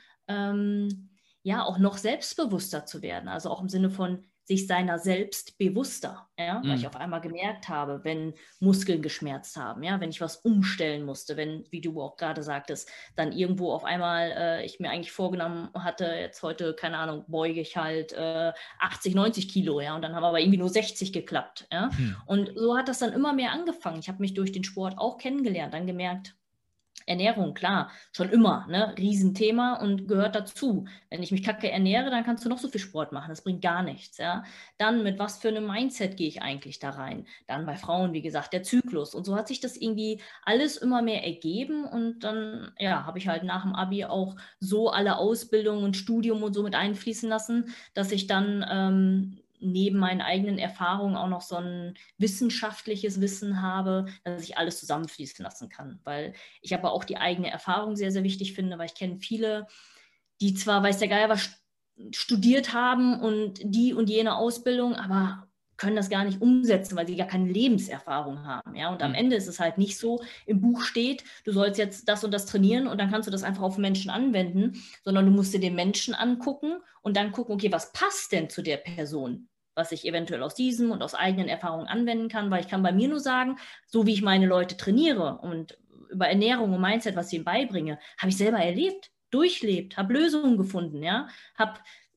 ja, auch noch selbstbewusster zu werden. Also auch im Sinne von sich seiner selbst bewusster, ja, weil ich auf einmal gemerkt habe, wenn Muskeln geschmerzt haben, ja, wenn ich was umstellen musste, wenn, wie du auch gerade sagtest, dann irgendwo auf einmal ich mir eigentlich vorgenommen hatte, jetzt heute, keine Ahnung, beuge ich halt 80, 90 Kilo, ja, und dann haben aber irgendwie nur 60 geklappt, ja, und so hat das dann immer mehr angefangen. Ich habe mich durch den Sport auch kennengelernt, dann gemerkt, Ernährung, klar, schon immer, ne, Riesenthema und gehört dazu. Wenn ich mich kacke ernähre, dann kannst du noch so viel Sport machen, das bringt gar nichts, ja. Dann, mit was für einem Mindset gehe ich eigentlich da rein? Dann bei Frauen, wie gesagt, der Zyklus. Und so hat sich das irgendwie alles immer mehr ergeben und dann, ja, habe ich halt nach dem Abi auch so alle Ausbildung und Studium und so mit einfließen lassen, dass ich dann neben meinen eigenen Erfahrungen auch noch so ein wissenschaftliches Wissen habe, dass ich alles zusammenfließen lassen kann. Weil ich aber auch die eigene Erfahrung sehr, sehr wichtig finde, weil ich kenne viele, die zwar, weiß der Geier was, studiert haben und die und jene Ausbildung, aber können das gar nicht umsetzen, weil sie gar keine Lebenserfahrung haben. Ja? Und am Ende ist es halt nicht so, im Buch steht, du sollst jetzt das und das trainieren und dann kannst du das einfach auf Menschen anwenden, sondern du musst dir den Menschen angucken und dann gucken, okay, was passt denn zu der Person? Was ich eventuell aus diesem und aus eigenen Erfahrungen anwenden kann, weil ich kann bei mir nur sagen, so wie ich meine Leute trainiere und über Ernährung und Mindset, was ich ihnen beibringe, habe ich selber erlebt, durchlebt, habe Lösungen gefunden, ja, habe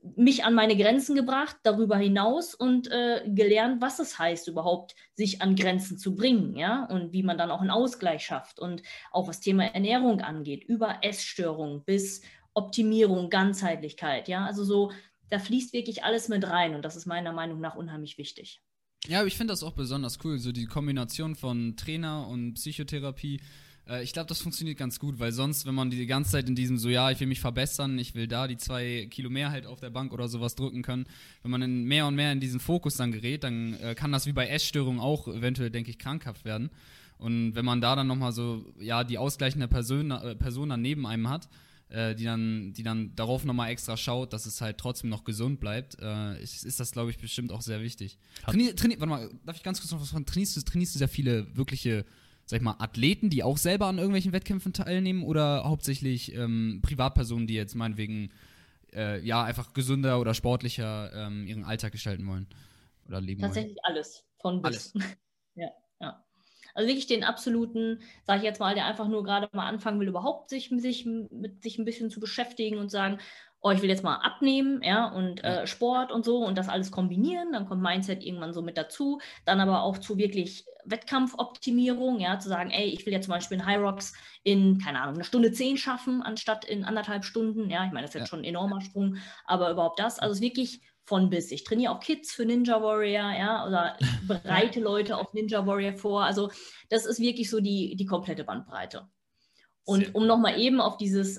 mich an meine Grenzen gebracht, darüber hinaus und gelernt, was es heißt überhaupt, sich an Grenzen zu bringen, ja, und wie man dann auch einen Ausgleich schafft und auch was Thema Ernährung angeht, über Essstörungen bis Optimierung, Ganzheitlichkeit, ja, also so, da fließt wirklich alles mit rein und das ist meiner Meinung nach unheimlich wichtig. Ja, aber ich finde das auch besonders cool, so die Kombination von Trainer und Psychotherapie. Ich glaube, das funktioniert ganz gut, weil sonst, wenn man die ganze Zeit in diesem so, ja, ich will mich verbessern, ich will da die 2 Kilo mehr halt auf der Bank oder sowas drücken können, wenn man mehr und mehr in diesen Fokus dann gerät, dann kann das wie bei Essstörungen auch eventuell, denke ich, krankhaft werden. Und wenn man da dann nochmal so, ja, die ausgleichende Person dann neben einem hat, die dann darauf nochmal extra schaut, dass es halt trotzdem noch gesund bleibt, ist das, glaube ich, bestimmt auch sehr wichtig. Warte mal, darf ich ganz kurz noch was fragen? Trainierst du sehr viele wirkliche, sag ich mal, Athleten, die auch selber an irgendwelchen Wettkämpfen teilnehmen oder hauptsächlich Privatpersonen, die jetzt meinetwegen ja, einfach gesünder oder sportlicher ihren Alltag gestalten wollen oder leben Tatsächlich wollen? alles, von bis. Alles. Ja, ja. Also wirklich den absoluten, sage ich jetzt mal, der einfach nur gerade mal anfangen will, überhaupt sich mit sich ein bisschen zu beschäftigen und sagen, oh, ich will jetzt mal abnehmen, ja, und Ja. Sport und so und das alles kombinieren, dann kommt Mindset irgendwann so mit dazu, dann aber auch zu wirklich Wettkampfoptimierung, ja, zu sagen, ey, ich will jetzt zum Beispiel in High Rocks in, keine Ahnung, 1:10 schaffen, anstatt in 1,5 Stunden, ja, ich meine, das ist jetzt schon ein enormer Sprung, aber überhaupt das, also es ist wirklich von bis. Ich trainiere auch Kids für Ninja Warrior, ja, oder bereite Leute auf Ninja Warrior vor. Also das ist wirklich so die komplette Bandbreite. Und um nochmal eben auf dieses,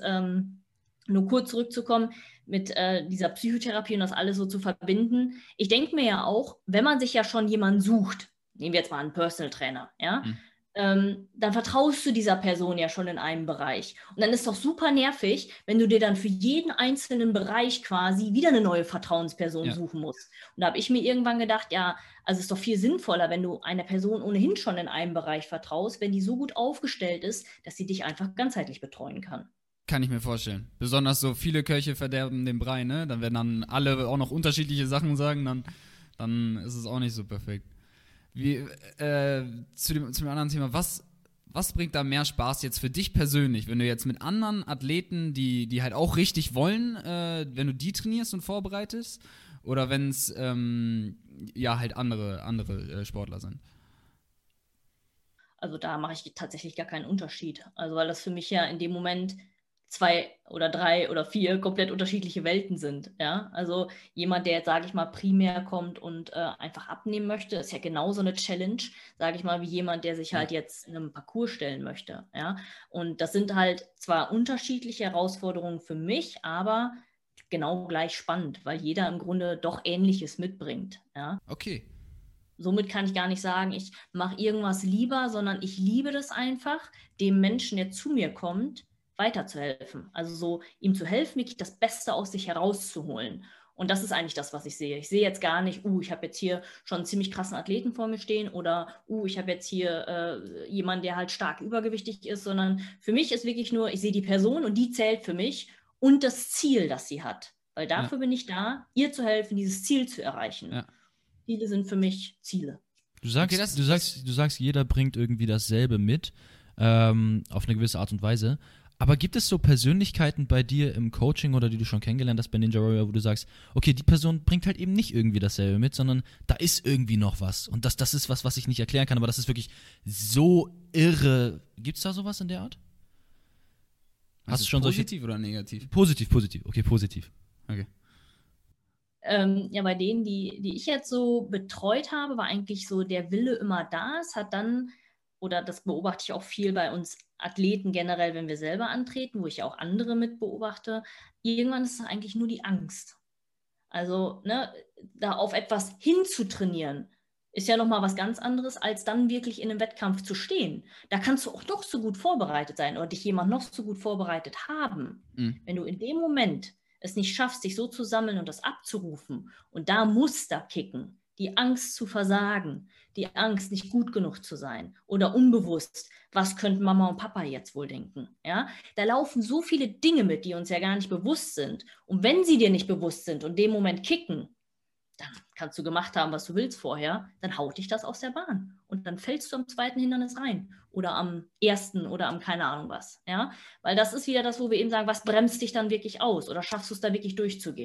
nur kurz zurückzukommen, mit dieser Psychotherapie und das alles so zu verbinden. Ich denke mir ja auch, wenn man sich ja schon jemanden sucht, nehmen wir jetzt mal einen Personal Trainer, ja, dann vertraust du dieser Person ja schon in einem Bereich. Und dann ist doch super nervig, wenn du dir dann für jeden einzelnen Bereich quasi wieder eine neue Vertrauensperson suchen musst. Und da habe ich mir irgendwann gedacht, ja, also es ist doch viel sinnvoller, wenn du einer Person ohnehin schon in einem Bereich vertraust, wenn die so gut aufgestellt ist, dass sie dich einfach ganzheitlich betreuen kann. Kann ich mir vorstellen. Besonders so viele Köche verderben den Brei, ne? Dann werden dann alle auch noch unterschiedliche Sachen sagen, dann ist es auch nicht so perfekt. Wie, zu dem anderen Thema, was bringt da mehr Spaß jetzt für dich persönlich, wenn du jetzt mit anderen Athleten, die halt auch richtig wollen, wenn du die trainierst und vorbereitest, oder wenn es ja halt andere Sportler sind? Also da mache ich tatsächlich gar keinen Unterschied. Also weil das für mich ja in dem Moment 2 oder 3 oder 4 komplett unterschiedliche Welten sind. Ja? Also jemand, der jetzt, sage ich mal, primär kommt und einfach abnehmen möchte, ist ja genauso eine Challenge, sage ich mal, wie jemand, der sich halt jetzt in einem Parcours stellen möchte. Ja? Und das sind halt zwar unterschiedliche Herausforderungen für mich, aber genau gleich spannend, weil jeder im Grunde doch Ähnliches mitbringt. Ja? Okay. Somit kann ich gar nicht sagen, ich mache irgendwas lieber, sondern ich liebe das einfach, dem Menschen, der zu mir kommt, weiterzuhelfen. Also so ihm zu helfen, wirklich das Beste aus sich herauszuholen. Und das ist eigentlich das, was ich sehe. Ich sehe jetzt gar nicht, ich habe jetzt hier schon einen ziemlich krassen Athleten vor mir stehen oder ich habe jetzt hier jemanden, der halt stark übergewichtig ist, sondern für mich ist wirklich nur, ich sehe die Person und die zählt für mich und das Ziel, das sie hat. Weil dafür bin ich da, ihr zu helfen, dieses Ziel zu erreichen. Ja. Ziele sind für mich Ziele. Du sagst, jeder bringt irgendwie dasselbe mit, auf eine gewisse Art und Weise. Aber gibt es so Persönlichkeiten bei dir im Coaching oder die du schon kennengelernt hast bei Ninja Warrior, wo du sagst, okay, die Person bringt halt eben nicht irgendwie dasselbe mit, sondern da ist irgendwie noch was. Und das ist was ich nicht erklären kann, aber das ist wirklich so irre. Gibt es da sowas in der Art? Hast du schon positiv oder negativ? Positiv. Okay, positiv. Okay. Ja, bei denen, die ich jetzt so betreut habe, war eigentlich so der Wille immer da. Es hat dann, oder das beobachte ich auch viel bei uns Athleten generell, wenn wir selber antreten, wo ich auch andere mit beobachte, irgendwann ist es eigentlich nur die Angst. Also, ne, da auf etwas hinzutrainieren, ist ja nochmal was ganz anderes, als dann wirklich in einem Wettkampf zu stehen. Da kannst du auch noch so gut vorbereitet sein oder dich jemand noch so gut vorbereitet haben. Wenn du in dem Moment es nicht schaffst, dich so zu sammeln und das abzurufen und da Muster kicken, die Angst zu versagen, die Angst, nicht gut genug zu sein oder unbewusst, was könnten Mama und Papa jetzt wohl denken? Ja? Da laufen so viele Dinge mit, die uns ja gar nicht bewusst sind. Und wenn sie dir nicht bewusst sind und in dem Moment kicken, dann kannst du gemacht haben, was du willst vorher, dann haut dich das aus der Bahn. Und dann fällst du am zweiten Hindernis rein oder am ersten oder am keine Ahnung was. Ja? Weil das ist wieder das, wo wir eben sagen, was bremst dich dann wirklich aus oder schaffst du es da wirklich durchzugehen?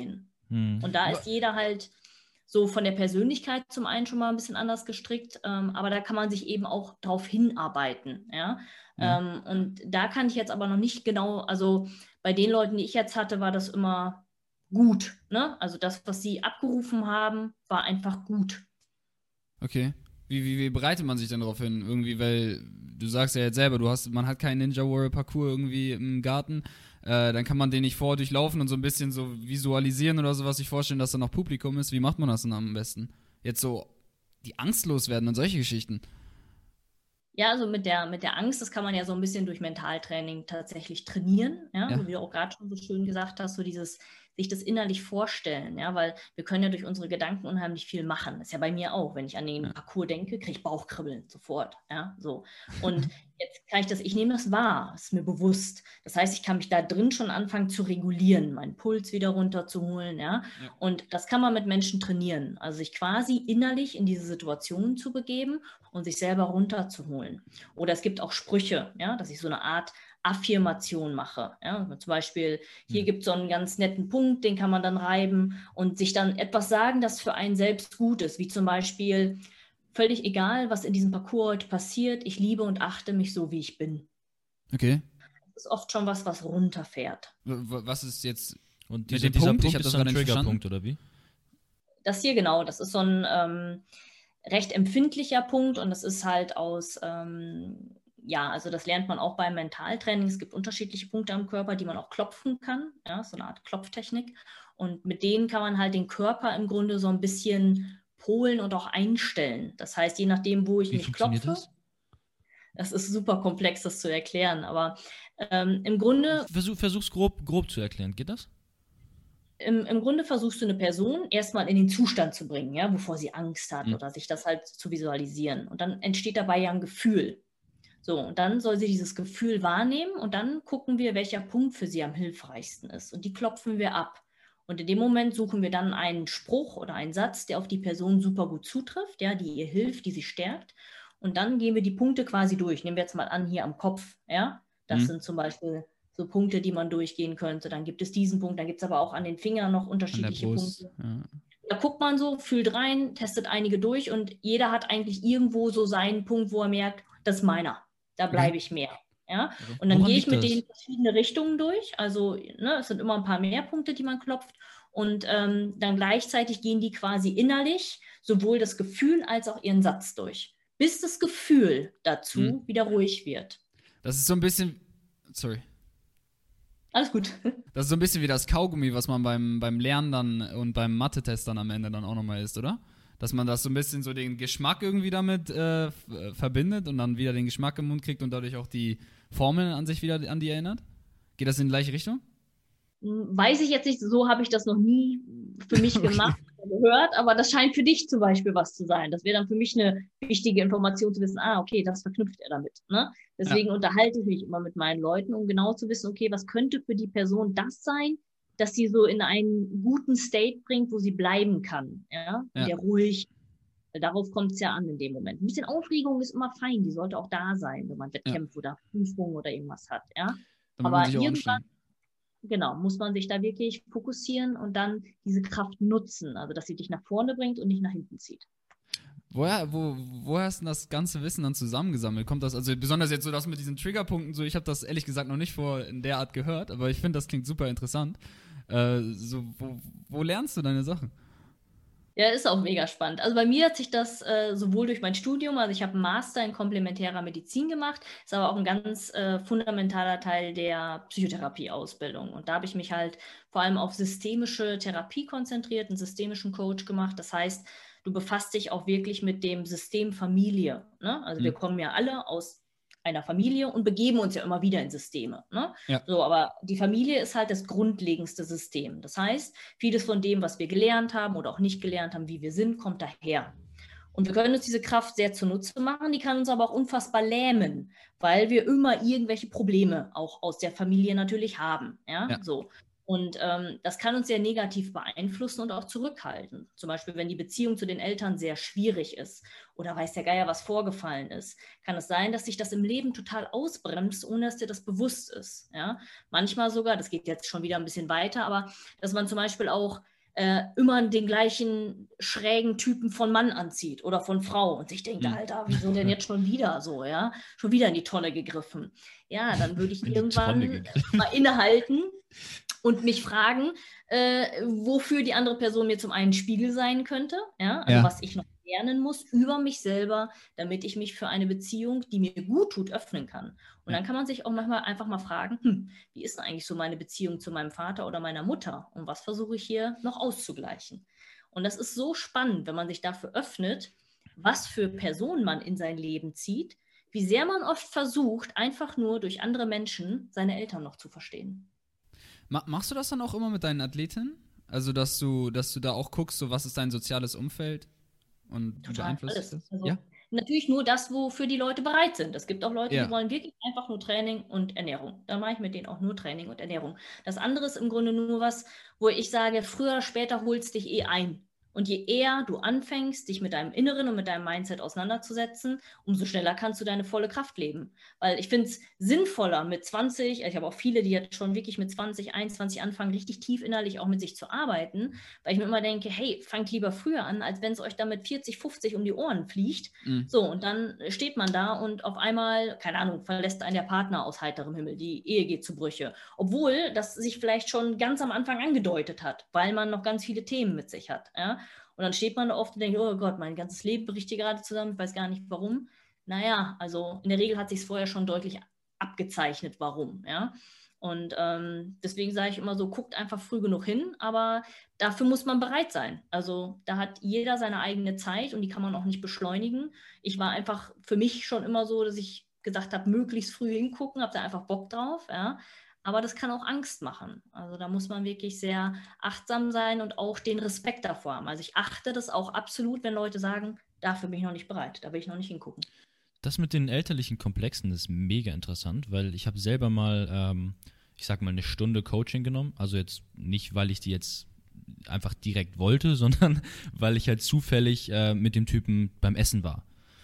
Und da ist jeder halt so von der Persönlichkeit zum einen schon mal ein bisschen anders gestrickt, aber da kann man sich eben auch drauf hinarbeiten. Ja? Und da kann ich jetzt aber noch nicht genau, also bei den Leuten, die ich jetzt hatte, war das immer gut. Ne? Also das, was sie abgerufen haben, war einfach gut. Okay. Wie bereitet man sich denn darauf hin? Irgendwie, weil du sagst ja jetzt selber, man hat keinen Ninja Warrior Parcours irgendwie im Garten, dann kann man den nicht durchlaufen und so ein bisschen so visualisieren oder sowas, sich vorstellen, dass da noch Publikum ist. Wie macht man das denn am besten? Jetzt so die Angst loswerden und solche Geschichten. Ja, also mit der Angst, das kann man ja so ein bisschen durch Mentaltraining tatsächlich trainieren, ja? Ja. So wie du auch gerade schon so schön gesagt hast, so dieses sich das innerlich vorstellen, ja, weil wir können ja durch unsere Gedanken unheimlich viel machen. Das ist ja bei mir auch, wenn ich an den Parcours denke, kriege ich Bauchkribbeln sofort, ja, so. Und jetzt kann ich nehme das wahr, ist mir bewusst. Das heißt, ich kann mich da drin schon anfangen zu regulieren, meinen Puls wieder runterzuholen, ja. Und das kann man mit Menschen trainieren, also sich quasi innerlich in diese Situation zu begeben und sich selber runterzuholen. Oder es gibt auch Sprüche, ja, dass ich so eine Art Affirmation mache. Ja? Zum Beispiel, hier gibt es so einen ganz netten Punkt, den kann man dann reiben und sich dann etwas sagen, das für einen selbst gut ist, wie zum Beispiel, völlig egal, was in diesem Parcours heute passiert, ich liebe und achte mich so, wie ich bin. Okay. Das ist oft schon was runterfährt. Was ist jetzt Und mit dem dieser Punkt? Punkt Ich habe ist das dann gerade ein nicht verstanden. Triggerpunkt, oder wie? Das hier genau, das ist so ein recht empfindlicher Punkt und das ist halt aus, ja, also das lernt man auch beim Mentaltraining. Es gibt unterschiedliche Punkte am Körper, die man auch klopfen kann, ja, so eine Art Klopftechnik. Und mit denen kann man halt den Körper im Grunde so ein bisschen polen und auch einstellen. Das heißt, je nachdem, wo ich Wie mich funktioniert klopfe, das? das ist super komplex, das zu erklären, aber im Grunde Versuch's grob zu erklären. Geht das? Im Grunde versuchst du eine Person erstmal in den Zustand zu bringen, ja, wovor sie Angst hat oder sich das halt zu visualisieren. Und dann entsteht dabei ja ein Gefühl. So, und dann soll sie dieses Gefühl wahrnehmen und dann gucken wir, welcher Punkt für sie am hilfreichsten ist. Und die klopfen wir ab. Und in dem Moment suchen wir dann einen Spruch oder einen Satz, der auf die Person super gut zutrifft, ja, die ihr hilft, die sie stärkt. Und dann gehen wir die Punkte quasi durch. Nehmen wir jetzt mal an, hier am Kopf, ja. Das sind zum Beispiel so Punkte, die man durchgehen könnte. Dann gibt es diesen Punkt, dann gibt es aber auch an den Fingern noch unterschiedliche Punkte. Ja. Da guckt man so, fühlt rein, testet einige durch und jeder hat eigentlich irgendwo so seinen Punkt, wo er merkt, das ist meiner, da bleibe ich mehr. Ja? Und dann Woran gehe ich liegt mit das? denen verschiedene Richtungen durch. Also es sind immer ein paar mehr Punkte, die man klopft. Und dann gleichzeitig gehen die quasi innerlich sowohl das Gefühl als auch ihren Satz durch, bis das Gefühl dazu wieder ruhig wird. Das ist so ein bisschen. Sorry. Alles gut. Das ist so ein bisschen wie das Kaugummi, was man beim Lernen dann und beim Mathe-Test dann am Ende dann auch nochmal isst, oder? Dass man das so ein bisschen so den Geschmack irgendwie damit verbindet und dann wieder den Geschmack im Mund kriegt und dadurch auch die Formeln an sich wieder an die erinnert? Geht das in die gleiche Richtung? Weiß ich jetzt nicht, so habe ich das noch nie für mich gemacht oder gehört, aber das scheint für dich zum Beispiel was zu sein. Das wäre dann für mich eine wichtige Information zu wissen, okay, das verknüpft er damit. Ne? Deswegen unterhalte ich mich immer mit meinen Leuten, um genau zu wissen, okay, was könnte für die Person das sein, dass sie so in einen guten State bringt, wo sie bleiben kann, ja? Der ruhig, darauf kommt es ja an in dem Moment. Ein bisschen Aufregung ist immer fein, die sollte auch da sein, wenn man Wettkämpfe oder Prüfungen oder irgendwas hat, ja. Aber irgendwann, genau, muss man sich da wirklich fokussieren und dann diese Kraft nutzen, also dass sie dich nach vorne bringt und nicht nach hinten zieht. Woher hast du das ganze Wissen dann zusammengesammelt? Kommt das, also besonders jetzt so das mit diesen Triggerpunkten, so ich habe das ehrlich gesagt noch nicht in der Art gehört, aber ich finde, das klingt super interessant. Wo lernst du deine Sachen? Ja, ist auch mega spannend. Also bei mir hat sich das sowohl durch mein Studium, also ich habe einen Master in komplementärer Medizin gemacht, ist aber auch ein ganz fundamentaler Teil der Psychotherapie-Ausbildung. Und da habe ich mich halt vor allem auf systemische Therapie konzentriert, einen systemischen Coach gemacht. Das heißt, du befasst dich auch wirklich mit dem System Familie. Ne? Also wir kommen ja alle aus einer Familie und begeben uns ja immer wieder in Systeme. Ne? Ja. So, aber die Familie ist halt das grundlegendste System. Das heißt, vieles von dem, was wir gelernt haben oder auch nicht gelernt haben, wie wir sind, kommt daher. Und wir können uns diese Kraft sehr zunutze machen, die kann uns aber auch unfassbar lähmen, weil wir immer irgendwelche Probleme auch aus der Familie natürlich haben. Ja? So. Und das kann uns sehr negativ beeinflussen und auch zurückhalten. Zum Beispiel, wenn die Beziehung zu den Eltern sehr schwierig ist oder weiß der Geier, was vorgefallen ist, kann es sein, dass sich das im Leben total ausbremst, ohne dass dir das bewusst ist. Ja? Manchmal sogar, das geht jetzt schon wieder ein bisschen weiter, aber dass man zum Beispiel auch immer den gleichen schrägen Typen von Mann anzieht oder von Frau und sich denkt, Alter, wieso denn jetzt schon wieder so, ja? Schon wieder in die Tonne gegriffen. Ja, dann würde ich irgendwann mal innehalten und mich fragen, wofür die andere Person mir zum einen Spiegel sein könnte, ja, also was ich noch lernen muss über mich selber, damit ich mich für eine Beziehung, die mir gut tut, öffnen kann. Und dann kann man sich auch manchmal einfach mal fragen, wie ist denn eigentlich so meine Beziehung zu meinem Vater oder meiner Mutter und was versuche ich hier noch auszugleichen? Und das ist so spannend, wenn man sich dafür öffnet, was für Personen man in sein Leben zieht, wie sehr man oft versucht, einfach nur durch andere Menschen seine Eltern noch zu verstehen. Machst du das dann auch immer mit deinen Athletinnen? Also, dass du da auch guckst, so was ist dein soziales Umfeld und wie beeinflusst das? Also, natürlich nur das, wofür die Leute bereit sind. Es gibt auch Leute, die wollen wirklich einfach nur Training und Ernährung. Dann mache ich mit denen auch nur Training und Ernährung. Das andere ist im Grunde nur was, wo ich sage, früher oder später holst dich ein. Und je eher du anfängst, dich mit deinem Inneren und mit deinem Mindset auseinanderzusetzen, umso schneller kannst du deine volle Kraft leben. Weil ich finde es sinnvoller mit 20, ich habe auch viele, die jetzt schon wirklich mit 20, 21 anfangen, richtig tief innerlich auch mit sich zu arbeiten, weil ich mir immer denke, hey, fangt lieber früher an, als wenn es euch dann mit 40, 50 um die Ohren fliegt. So, und dann steht man da und auf einmal, keine Ahnung, verlässt einen der Partner aus heiterem Himmel, die Ehe geht zu Brüche. Obwohl das sich vielleicht schon ganz am Anfang angedeutet hat, weil man noch ganz viele Themen mit sich hat, ja. Und dann steht man da oft und denkt, oh Gott, mein ganzes Leben bricht hier gerade zusammen, ich weiß gar nicht warum. Naja, also in der Regel hat sich es vorher schon deutlich abgezeichnet, warum. Ja? Und deswegen sage ich immer so, guckt einfach früh genug hin, aber dafür muss man bereit sein. Also da hat jeder seine eigene Zeit und die kann man auch nicht beschleunigen. Ich war einfach für mich schon immer so, dass ich gesagt habe, möglichst früh hingucken, habe da einfach Bock drauf, ja. Aber das kann auch Angst machen. Also da muss man wirklich sehr achtsam sein und auch den Respekt davor haben. Also ich achte das auch absolut, wenn Leute sagen, dafür bin ich noch nicht bereit, da will ich noch nicht hingucken. Das mit den elterlichen Komplexen ist mega interessant, weil ich habe selber mal, ich sag mal, eine Stunde Coaching genommen. Also jetzt nicht, weil ich die jetzt einfach direkt wollte, sondern weil ich halt zufällig mit dem Typen beim Essen war.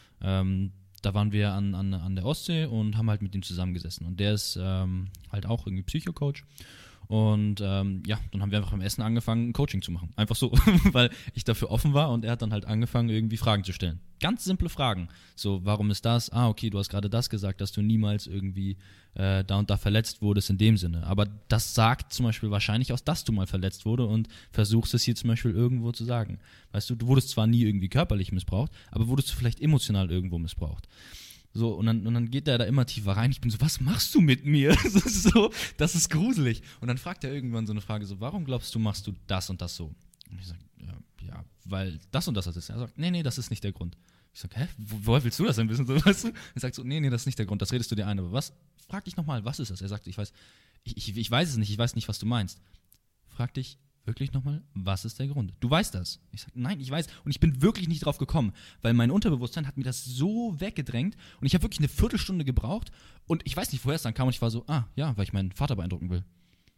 Da waren wir an der Ostsee und haben halt mit ihm zusammengesessen. Und der ist halt auch irgendwie Psychocoach. Und dann haben wir einfach beim Essen angefangen, ein Coaching zu machen. Einfach so, weil ich dafür offen war und er hat dann halt angefangen, irgendwie Fragen zu stellen. Ganz simple Fragen. So, warum ist das? Okay, du hast gerade das gesagt, dass du niemals irgendwie da und da verletzt wurdest in dem Sinne. Aber das sagt zum Beispiel wahrscheinlich aus, dass du mal verletzt wurde und versuchst es hier zum Beispiel irgendwo zu sagen. Weißt du wurdest zwar nie irgendwie körperlich missbraucht, aber wurdest du vielleicht emotional irgendwo missbraucht. So, und dann geht der da immer tiefer rein. Ich bin so, was machst du mit mir? Das ist gruselig. Und dann fragt er irgendwann so eine Frage, so, warum glaubst du, machst du das und das so? Und ich sage, ja, weil das und das ist. Er sagt, nee, das ist nicht der Grund. Ich sage, woher willst du das denn wissen? So, weißt du? Er sagt so, nee, das ist nicht der Grund, das redest du dir ein. Aber was? Frag dich nochmal, was ist das? Er sagt, ich weiß es nicht, ich weiß nicht, was du meinst. Frag dich wirklich nochmal, was ist der Grund? Du weißt das. Ich sage, nein, ich weiß. Und ich bin wirklich nicht drauf gekommen, weil mein Unterbewusstsein hat mir das so weggedrängt und ich habe wirklich eine Viertelstunde gebraucht und ich weiß nicht, woher es dann kam und ich war so, weil ich meinen Vater beeindrucken will.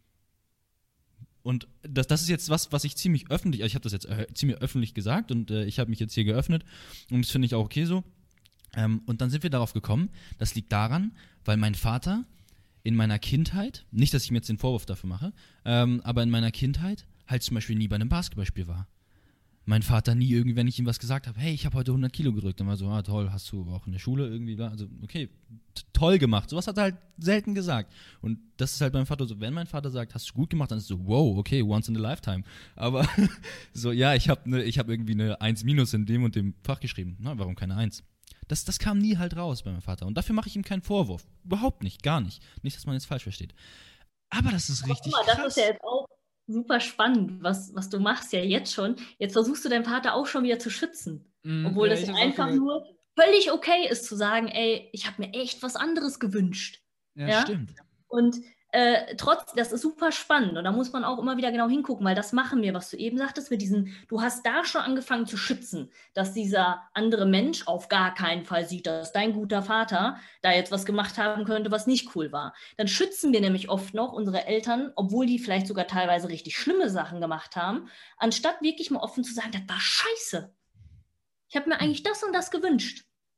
Und das ist jetzt was ich ziemlich öffentlich, ich habe das jetzt ziemlich öffentlich gesagt und ich habe mich jetzt hier geöffnet und das finde ich auch okay so. Und dann sind wir darauf gekommen, das liegt daran, weil mein Vater in meiner Kindheit, nicht, dass ich mir jetzt den Vorwurf dafür mache, aber in meiner Kindheit halt zum Beispiel nie bei einem Basketballspiel war. Mein Vater nie irgendwie, wenn ich ihm was gesagt habe, hey, ich habe heute 100 Kilo gedrückt, dann war so, toll, hast du auch in der Schule irgendwie, also okay, toll gemacht. Sowas hat er halt selten gesagt. Und das ist halt beim Vater so, wenn mein Vater sagt, hast du gut gemacht, dann ist es so, wow, okay, once in a lifetime. Aber so, ja, ich hab irgendwie eine 1- in dem und dem Fach geschrieben. Na, warum keine 1? Das kam nie halt raus bei meinem Vater. Und dafür mache ich ihm keinen Vorwurf. Überhaupt nicht, gar nicht. Nicht, dass man jetzt falsch versteht. Aber das ist richtig krass. Das ist ja jetzt auch super spannend, was du machst ja jetzt schon. Jetzt versuchst du deinen Vater auch schon wieder zu schützen. Obwohl das einfach nur völlig okay ist zu sagen, ey, ich habe mir echt was anderes gewünscht. Ja, stimmt. Und das ist super spannend und da muss man auch immer wieder genau hingucken, weil das machen wir, was du eben sagtest, mit diesen, du hast da schon angefangen zu schützen, dass dieser andere Mensch auf gar keinen Fall sieht, dass dein guter Vater da jetzt was gemacht haben könnte, was nicht cool war. Dann schützen wir nämlich oft noch unsere Eltern, obwohl die vielleicht sogar teilweise richtig schlimme Sachen gemacht haben, anstatt wirklich mal offen zu sagen, das war scheiße. Ich habe mir eigentlich das und das gewünscht.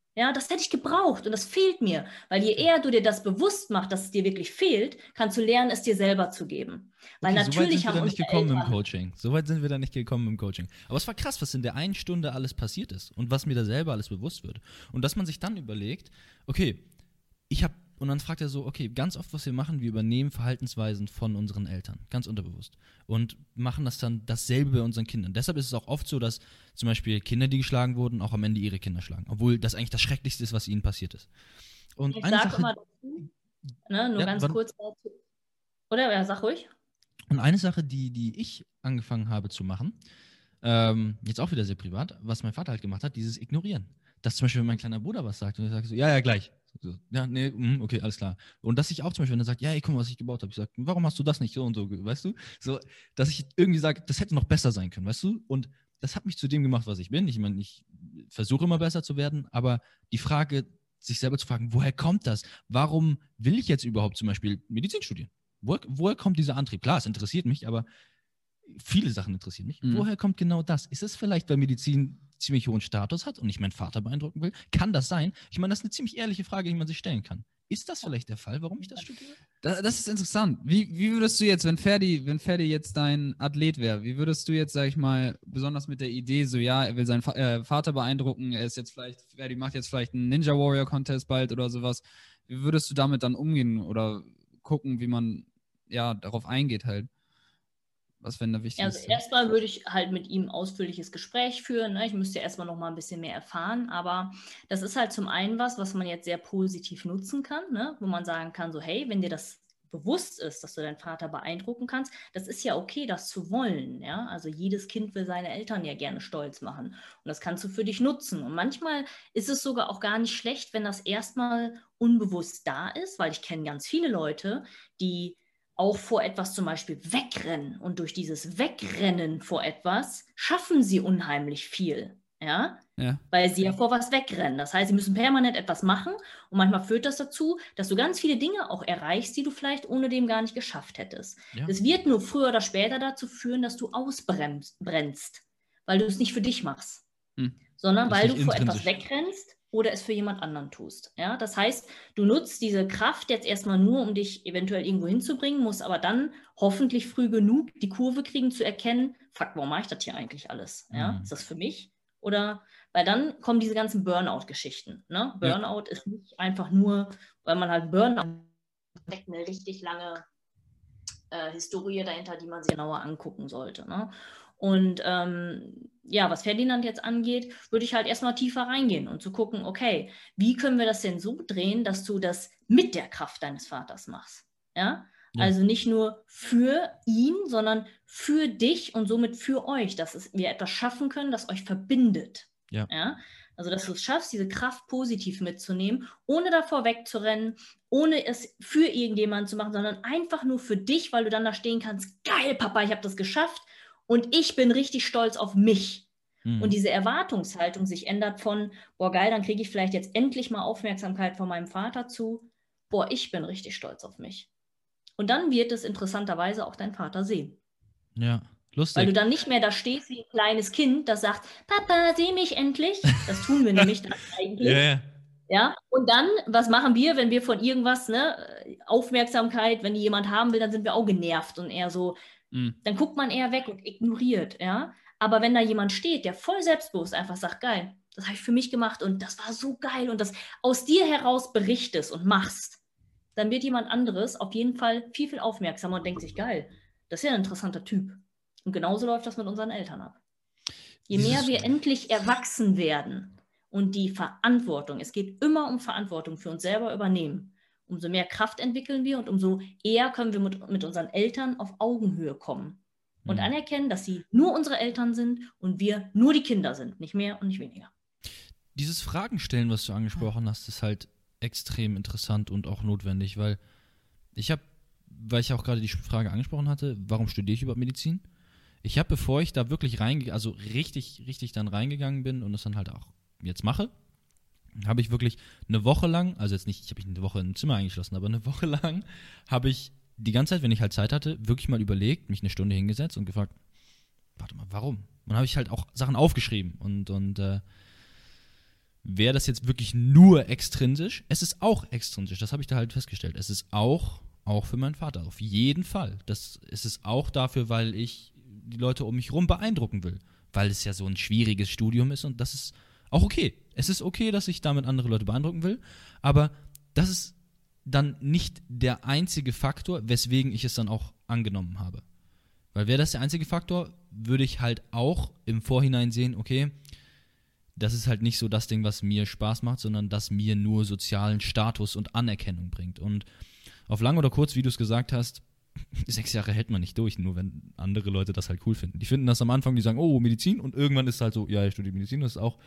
Ja, das hätte ich gebraucht und das fehlt mir. Weil je eher du dir das bewusst machst, dass es dir wirklich fehlt, kannst du lernen, es dir selber zu geben. Weil Okay, so weit natürlich sind wir haben da nicht unsere gekommen im Eltern. Coaching. So weit sind wir da nicht gekommen im Coaching. Aber es war krass, was in der einen Stunde alles passiert ist und was mir da selber alles bewusst wird. Und dass man sich dann überlegt, okay, und dann fragt er so, okay, ganz oft, was wir machen, wir übernehmen Verhaltensweisen von unseren Eltern, ganz unterbewusst. Und machen das dann dasselbe bei unseren Kindern. Deshalb ist es auch oft so, dass zum Beispiel Kinder, die geschlagen wurden, auch am Ende ihre Kinder schlagen. Obwohl das eigentlich das Schrecklichste ist, was ihnen passiert ist. Und Ich eine sage Sache, immer dazu, ne, nur ja, ganz kurz dazu. Oder? Ja, sag ruhig. und eine Sache, die ich angefangen habe zu machen, jetzt auch wieder sehr privat, was mein Vater halt gemacht hat, dieses Ignorieren. Dass zum Beispiel, wenn mein kleiner Bruder was sagt und ich sage so, ja, gleich. So, ja, nee, okay, alles klar. Und dass ich auch zum Beispiel, wenn er sagt, ja, ey, guck mal, was ich gebaut habe, ich sage, warum hast du das nicht so und so, weißt du? So, dass ich irgendwie sage, das hätte noch besser sein können, weißt du? Und das hat mich zu dem gemacht, was ich bin. Ich meine, ich versuche immer besser zu werden, aber die Frage, sich selber zu fragen, woher kommt das? Warum will ich jetzt überhaupt zum Beispiel Medizin studieren? Woher kommt dieser Antrieb? Klar, es interessiert mich, aber viele Sachen interessieren mich. Mhm. Woher kommt genau das? Ist es vielleicht, weil Medizin ziemlich hohen Status hat und ich meinen Vater beeindrucken will? Kann das sein? Ich meine, das ist eine ziemlich ehrliche Frage, die man sich stellen kann. Ist das vielleicht der Fall, warum ich das studiere? Das ist interessant. Wie würdest du jetzt, wenn Ferdi jetzt dein Athlet wäre, wie würdest du jetzt, sag ich mal, besonders mit der Idee, so ja, er will seinen Vater beeindrucken, Ferdi macht jetzt vielleicht einen Ninja Warrior Contest bald oder sowas, wie würdest du damit dann umgehen oder gucken, wie man ja darauf eingeht halt? Was wäre da wichtig? Also erstmal würde ich halt mit ihm ein ausführliches Gespräch führen. Ne? Ich müsste erstmal noch mal ein bisschen mehr erfahren, aber das ist halt zum einen was man jetzt sehr positiv nutzen kann, ne? Wo man sagen kann, so hey, wenn dir das bewusst ist, dass du deinen Vater beeindrucken kannst, das ist ja okay, das zu wollen. Ja? Also jedes Kind will seine Eltern ja gerne stolz machen und das kannst du für dich nutzen. Und manchmal ist es sogar auch gar nicht schlecht, wenn das erstmal unbewusst da ist, weil ich kenne ganz viele Leute, die auch vor etwas zum Beispiel wegrennen. Und durch dieses Wegrennen vor etwas schaffen sie unheimlich viel. Ja? Ja. Weil sie ja vor was wegrennen. Das heißt, sie müssen permanent etwas machen und manchmal führt das dazu, dass du ganz viele Dinge auch erreichst, die du vielleicht ohne dem gar nicht geschafft hättest. Ja. Es wird nur früher oder später dazu führen, dass du ausbrennst, weil du es nicht für dich machst, sondern Das weil ist du vor etwas intrinsisch. wegrennst oder es für jemand anderen tust. Ja? Das heißt, du nutzt diese Kraft jetzt erstmal nur, um dich eventuell irgendwo hinzubringen, musst aber dann hoffentlich früh genug die Kurve kriegen, zu erkennen, fuck, warum mache ich das hier eigentlich alles? Ja? Ist das für mich? Oder, weil dann kommen diese ganzen Burnout-Geschichten. Ne? Burnout ist nicht einfach nur, weil man halt Burnout steckt eine richtig lange Historie dahinter, die man sich genauer angucken sollte. Ne? Und ja, was Ferdinand jetzt angeht, würde ich halt erstmal tiefer reingehen und zu gucken, okay, wie können wir das denn so drehen, dass du das mit der Kraft deines Vaters machst? Ja? Ja. Also nicht nur für ihn, sondern für dich und somit für euch, dass wir etwas schaffen können, das euch verbindet. Ja. Ja? Also, dass du es schaffst, diese Kraft positiv mitzunehmen, ohne davor wegzurennen, ohne es für irgendjemanden zu machen, sondern einfach nur für dich, weil du dann da stehen kannst, geil, Papa, ich habe das geschafft und ich bin richtig stolz auf mich. Und diese Erwartungshaltung sich ändert von, boah, geil, dann kriege ich vielleicht jetzt endlich mal Aufmerksamkeit von meinem Vater zu, boah, ich bin richtig stolz auf mich. Und dann wird es interessanterweise auch dein Vater sehen. Ja, lustig. Weil du dann nicht mehr da stehst wie ein kleines Kind, das sagt, Papa, seh mich endlich. Das tun wir nämlich dann eigentlich. Ja. Ja, und dann, was machen wir, wenn wir von irgendwas, ne, Aufmerksamkeit, wenn die jemand haben will, dann sind wir auch genervt und eher so, dann guckt man eher weg und ignoriert, ja. Aber wenn da jemand steht, der voll selbstbewusst einfach sagt, geil, das habe ich für mich gemacht und das war so geil und das aus dir heraus berichtest und machst, dann wird jemand anderes auf jeden Fall viel, viel aufmerksamer und denkt sich, geil, das ist ja ein interessanter Typ. Und genauso läuft das mit unseren Eltern ab. Je mehr wir endlich erwachsen werden und die Verantwortung, es geht immer um Verantwortung für uns selber übernehmen, umso mehr Kraft entwickeln wir und umso eher können wir mit unseren Eltern auf Augenhöhe kommen und anerkennen, dass sie nur unsere Eltern sind und wir nur die Kinder sind, nicht mehr und nicht weniger. Dieses Fragenstellen, was du angesprochen hast, ist halt extrem interessant und auch notwendig, weil ich auch gerade die Frage angesprochen hatte, warum studiere ich überhaupt Medizin? Ich habe, bevor ich da wirklich richtig dann reingegangen bin und es dann halt auch jetzt mache, habe ich wirklich eine Woche lang, also jetzt nicht, ich habe mich eine Woche im Zimmer eingeschlossen, aber eine Woche lang habe ich die ganze Zeit, wenn ich halt Zeit hatte, wirklich mal überlegt, mich eine Stunde hingesetzt und gefragt, warte mal, warum? Und dann habe ich halt auch Sachen aufgeschrieben und wäre das jetzt wirklich nur extrinsisch, es ist auch extrinsisch, das habe ich da halt festgestellt. Es ist auch für meinen Vater, auf jeden Fall. Es ist auch dafür, weil ich die Leute um mich rum beeindrucken will, weil es ja so ein schwieriges Studium ist und das ist auch okay. Es ist okay, dass ich damit andere Leute beeindrucken will, aber das ist dann nicht der einzige Faktor, weswegen ich es dann auch angenommen habe. Weil wäre das der einzige Faktor, würde ich halt auch im Vorhinein sehen, okay, das ist halt nicht so das Ding, was mir Spaß macht, sondern das mir nur sozialen Status und Anerkennung bringt. Und auf lang oder kurz, wie du es gesagt hast, 6 Jahre hält man nicht durch, nur wenn andere Leute das halt cool finden. Die finden das am Anfang, die sagen, oh, Medizin, und irgendwann ist halt so, ja, ich studiere Medizin, das ist auch,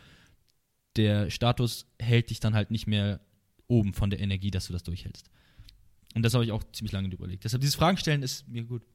der Status hält dich dann halt nicht mehr oben von der Energie, dass du das durchhältst. Und das habe ich auch ziemlich lange überlegt. Deshalb dieses Fragen stellen ist mir gut.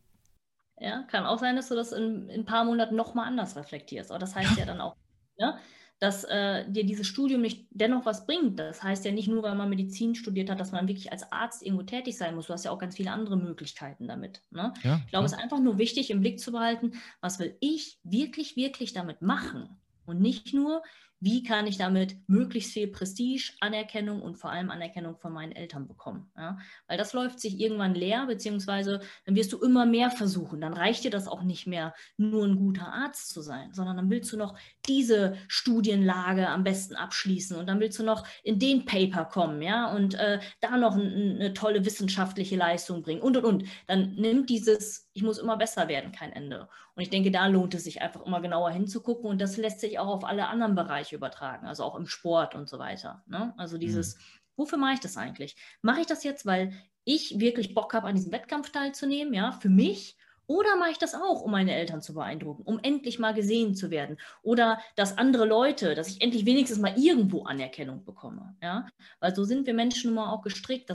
Ja, kann auch sein, dass du das in ein paar Monaten nochmal anders reflektierst. Aber das heißt ja dann auch, ne, dass dir dieses Studium nicht dennoch was bringt. Das heißt ja nicht nur, weil man Medizin studiert hat, dass man wirklich als Arzt irgendwo tätig sein muss. Du hast ja auch ganz viele andere Möglichkeiten damit. Ne? Ja, ich glaube, es ist einfach nur wichtig, im Blick zu behalten, was will ich wirklich, wirklich damit machen? Und nicht nur, wie kann ich damit möglichst viel Prestige, Anerkennung und vor allem Anerkennung von meinen Eltern bekommen. Ja? Weil das läuft sich irgendwann leer, beziehungsweise dann wirst du immer mehr versuchen. Dann reicht dir das auch nicht mehr, nur ein guter Arzt zu sein, sondern dann willst du noch diese Studienlage am besten abschließen und dann willst du noch in den Paper kommen, ja, und da noch eine tolle wissenschaftliche Leistung bringen und. Dann nimmt dieses, ich muss immer besser werden, kein Ende. Und ich denke, da lohnt es sich einfach immer genauer hinzugucken und das lässt sich auch auf alle anderen Bereiche übertragen, also auch im Sport und so weiter. Ne? Also dieses, wofür mache ich das eigentlich? Mache ich das jetzt, weil ich wirklich Bock habe, an diesem Wettkampf teilzunehmen, ja, für mich? Oder mache ich das auch, um meine Eltern zu beeindrucken, um endlich mal gesehen zu werden? Oder dass andere Leute, dass ich endlich wenigstens mal irgendwo Anerkennung bekomme, ja? Weil so sind wir Menschen nun mal auch gestrickt,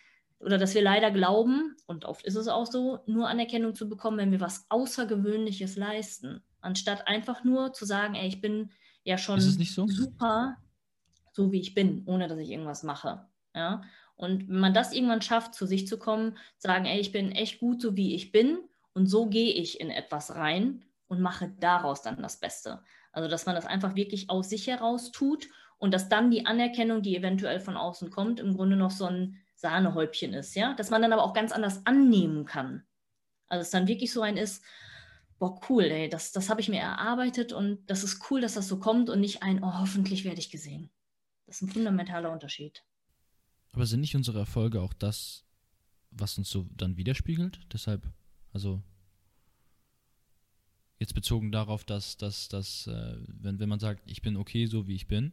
dass wir leider glauben, und oft ist es auch so, nur Anerkennung zu bekommen, wenn wir was Außergewöhnliches leisten. Anstatt einfach nur zu sagen, ey, ich bin ja schon Ist es nicht so? super, so wie ich bin, ohne dass ich irgendwas mache. Ja? Und wenn man das irgendwann schafft, zu sich zu kommen, sagen, ey, ich bin echt gut, so wie ich bin, und so gehe ich in etwas rein und mache daraus dann das Beste. Also, dass man das einfach wirklich aus sich heraus tut und dass dann die Anerkennung, die eventuell von außen kommt, im Grunde noch so ein Sahnehäubchen ist, ja, dass man dann aber auch ganz anders annehmen kann. Also es dann wirklich so ein ist, boah, cool, ey, das habe ich mir erarbeitet und das ist cool, dass das so kommt und nicht ein, oh, hoffentlich werde ich gesehen. Das ist ein fundamentaler Unterschied. Aber sind nicht unsere Erfolge auch das, was uns so dann widerspiegelt? Deshalb, also jetzt bezogen darauf, dass wenn man sagt, ich bin okay, so wie ich bin,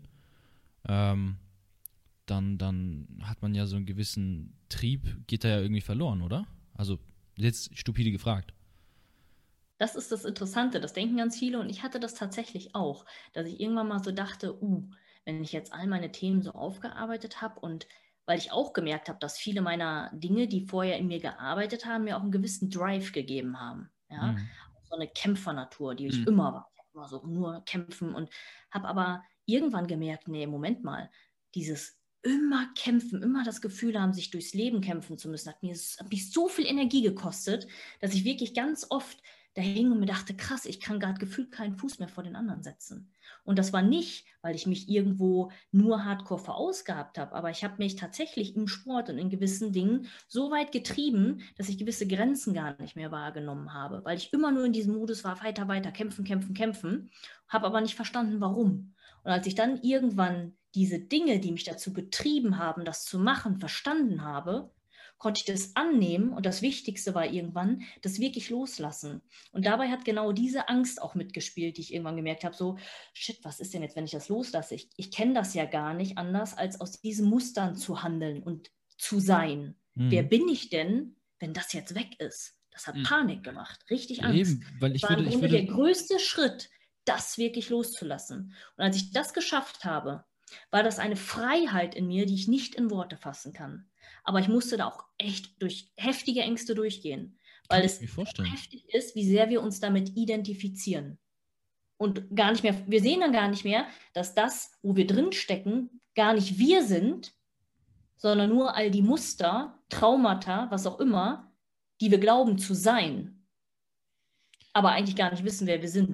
dann hat man ja so einen gewissen Trieb, geht da ja irgendwie verloren, oder? Also, jetzt stupide gefragt. Das ist das Interessante, das denken ganz viele und ich hatte das tatsächlich auch, dass ich irgendwann mal so dachte, wenn ich jetzt all meine Themen so aufgearbeitet habe und weil ich auch gemerkt habe, dass viele meiner Dinge, die vorher in mir gearbeitet haben, mir auch einen gewissen Drive gegeben haben. Ja? So eine Kämpfernatur, die ich immer war. Ich habe immer so nur kämpfen und habe aber irgendwann gemerkt, nee, Moment mal, dieses immer kämpfen, immer das Gefühl haben, sich durchs Leben kämpfen zu müssen, hat mich so viel Energie gekostet, dass ich wirklich ganz oft da hing und mir dachte, krass, ich kann gerade gefühlt keinen Fuß mehr vor den anderen setzen. Und das war nicht, weil ich mich irgendwo nur hardcore verausgabt habe, aber ich habe mich tatsächlich im Sport und in gewissen Dingen so weit getrieben, dass ich gewisse Grenzen gar nicht mehr wahrgenommen habe, weil ich immer nur in diesem Modus war, weiter, weiter, kämpfen, kämpfen, kämpfen, habe aber nicht verstanden, warum. Und als ich dann irgendwann diese Dinge, die mich dazu getrieben haben, das zu machen, verstanden habe, konnte ich das annehmen und das Wichtigste war irgendwann, das wirklich loslassen. Und dabei hat genau diese Angst auch mitgespielt, die ich irgendwann gemerkt habe, so, shit, was ist denn jetzt, wenn ich das loslasse? Ich kenne das ja gar nicht anders, als aus diesen Mustern zu handeln und zu sein. Wer bin ich denn, wenn das jetzt weg ist? Das hat Panik gemacht, richtig Angst. Eben, weil das war im Grunde der größte Schritt, das wirklich loszulassen. Und als ich das geschafft habe, war das eine Freiheit in mir, die ich nicht in Worte fassen kann. Aber ich musste da auch echt durch heftige Ängste durchgehen, weil es heftig ist, wie sehr wir uns damit identifizieren. Und gar nicht mehr, wir sehen dann gar nicht mehr, dass das, wo wir drin stecken, gar nicht wir sind, sondern nur all die Muster, Traumata, was auch immer, die wir glauben zu sein, aber eigentlich gar nicht wissen, wer wir sind.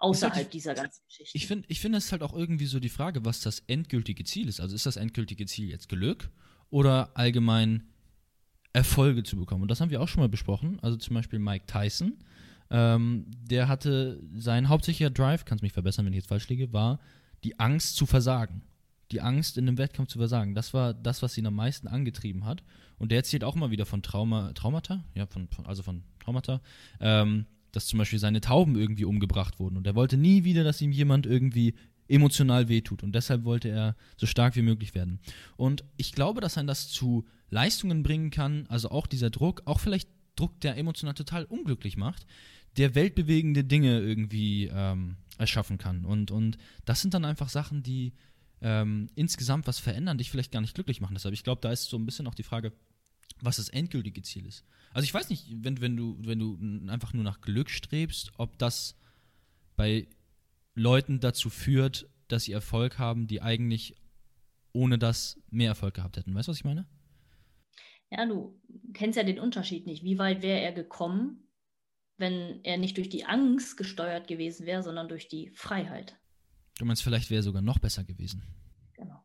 außerhalb dieser ganzen Geschichte. Ich finde es halt auch irgendwie so die Frage, was das endgültige Ziel ist. Also ist das endgültige Ziel jetzt Glück oder allgemein Erfolge zu bekommen? Und das haben wir auch schon mal besprochen. Also zum Beispiel Mike Tyson, der hatte sein hauptsächlicher Drive, kannst mich verbessern, wenn ich jetzt falsch liege, war die Angst zu versagen. Die Angst, in einem Wettkampf zu versagen. Das war das, was ihn am meisten angetrieben hat. Und der erzählt auch immer wieder von Traumata, ja, von Traumata, dass zum Beispiel seine Tauben irgendwie umgebracht wurden. Und er wollte nie wieder, dass ihm jemand irgendwie emotional wehtut. Und deshalb wollte er so stark wie möglich werden. Und ich glaube, dass einen das zu Leistungen bringen kann, also auch dieser Druck, auch vielleicht Druck, der emotional total unglücklich macht, der weltbewegende Dinge irgendwie erschaffen kann. Und das sind dann einfach Sachen, die insgesamt was verändern, dich vielleicht gar nicht glücklich machen. Deshalb, ich glaube, da ist so ein bisschen auch die Frage, was das endgültige Ziel ist. Also ich weiß nicht, wenn du einfach nur nach Glück strebst, ob das bei Leuten dazu führt, dass sie Erfolg haben, die eigentlich ohne das mehr Erfolg gehabt hätten. Weißt du, was ich meine? Ja, du kennst ja den Unterschied nicht. Wie weit wäre er gekommen, wenn er nicht durch die Angst gesteuert gewesen wäre, sondern durch die Freiheit? Du meinst, vielleicht wäre er sogar noch besser gewesen. Genau.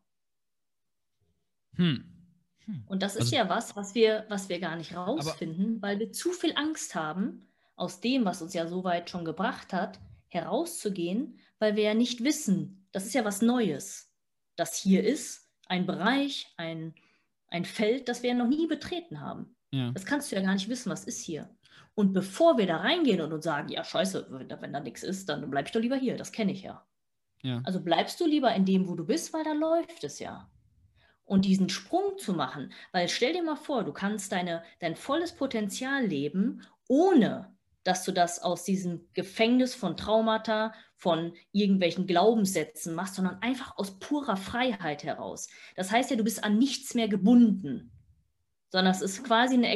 Hm. Und das ist ja was wir gar nicht rausfinden, weil wir zu viel Angst haben, aus dem, was uns ja so weit schon gebracht hat, herauszugehen, weil wir ja nicht wissen, das ist ja was Neues. Das hier ist ein Bereich, ein Feld, das wir ja noch nie betreten haben. Ja. Das kannst du ja gar nicht wissen, was ist hier. Und bevor wir da reingehen und uns sagen, ja scheiße, wenn da nichts ist, dann bleib ich doch lieber hier, das kenne ich ja. Ja. Also bleibst du lieber in dem, wo du bist, weil da läuft es ja. Und diesen Sprung zu machen, weil stell dir mal vor, du kannst dein volles Potenzial leben, ohne dass du das aus diesem Gefängnis von Traumata, von irgendwelchen Glaubenssätzen machst, sondern einfach aus purer Freiheit heraus. Das heißt ja, du bist an nichts mehr gebunden, sondern es ist quasi eine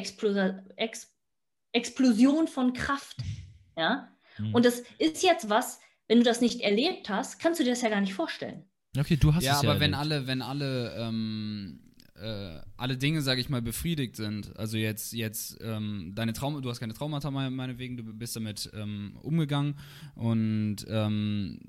Explosion von Kraft. Ja? Und das ist jetzt was, wenn du das nicht erlebt hast, kannst du dir das ja gar nicht vorstellen. Okay, du hast Ja, es ja aber erlebt. wenn alle Dinge, sage ich mal, befriedigt sind, also jetzt du hast keine Traumata meinetwegen, du bist damit umgegangen und dann,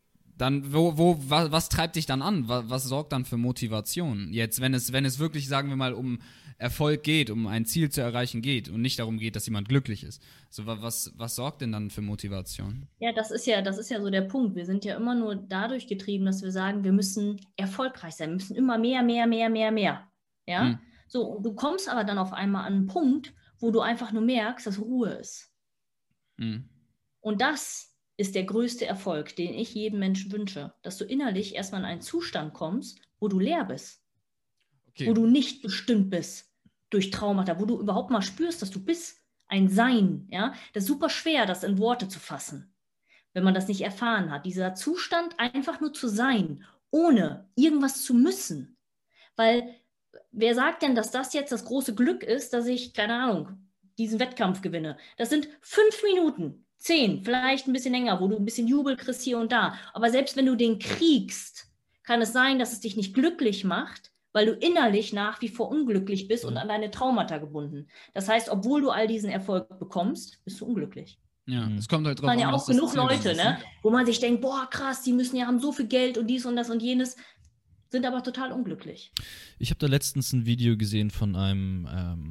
was treibt dich dann an? Was sorgt dann für Motivation? Jetzt, wenn es wirklich, sagen wir mal, um Erfolg geht, um ein Ziel zu erreichen geht und nicht darum geht, dass jemand glücklich ist. So, was sorgt denn dann für Motivation? Ja, das ist ja so der Punkt. Wir sind ja immer nur dadurch getrieben, dass wir sagen, wir müssen erfolgreich sein, wir müssen immer mehr. Ja? So, und du kommst aber dann auf einmal an einen Punkt, wo du einfach nur merkst, dass Ruhe ist. Und das ist der größte Erfolg, den ich jedem Menschen wünsche, dass du innerlich erstmal in einen Zustand kommst, wo du leer bist. Okay. Wo du nicht bestimmt bist durch Traumata, wo du überhaupt mal spürst, dass du bist ein Sein. Ja? Das ist super schwer, das in Worte zu fassen, wenn man das nicht erfahren hat. Dieser Zustand, einfach nur zu sein, ohne irgendwas zu müssen. Weil, wer sagt denn, dass das jetzt das große Glück ist, dass ich, keine Ahnung, diesen Wettkampf gewinne? Das sind 5 Minuten, 10, vielleicht ein bisschen länger, wo du ein bisschen Jubel kriegst hier und da. Aber selbst wenn du den kriegst, kann es sein, dass es dich nicht glücklich macht, weil du innerlich nach wie vor unglücklich bist und an deine Traumata gebunden. Das heißt, obwohl du all diesen Erfolg bekommst, bist du unglücklich. Ja, es kommt halt drauf an, ja auch genug Leute, ne, wo man sich denkt, boah, krass, die haben so viel Geld und dies und das und jenes, sind aber total unglücklich. Ich habe da letztens ein Video gesehen von einem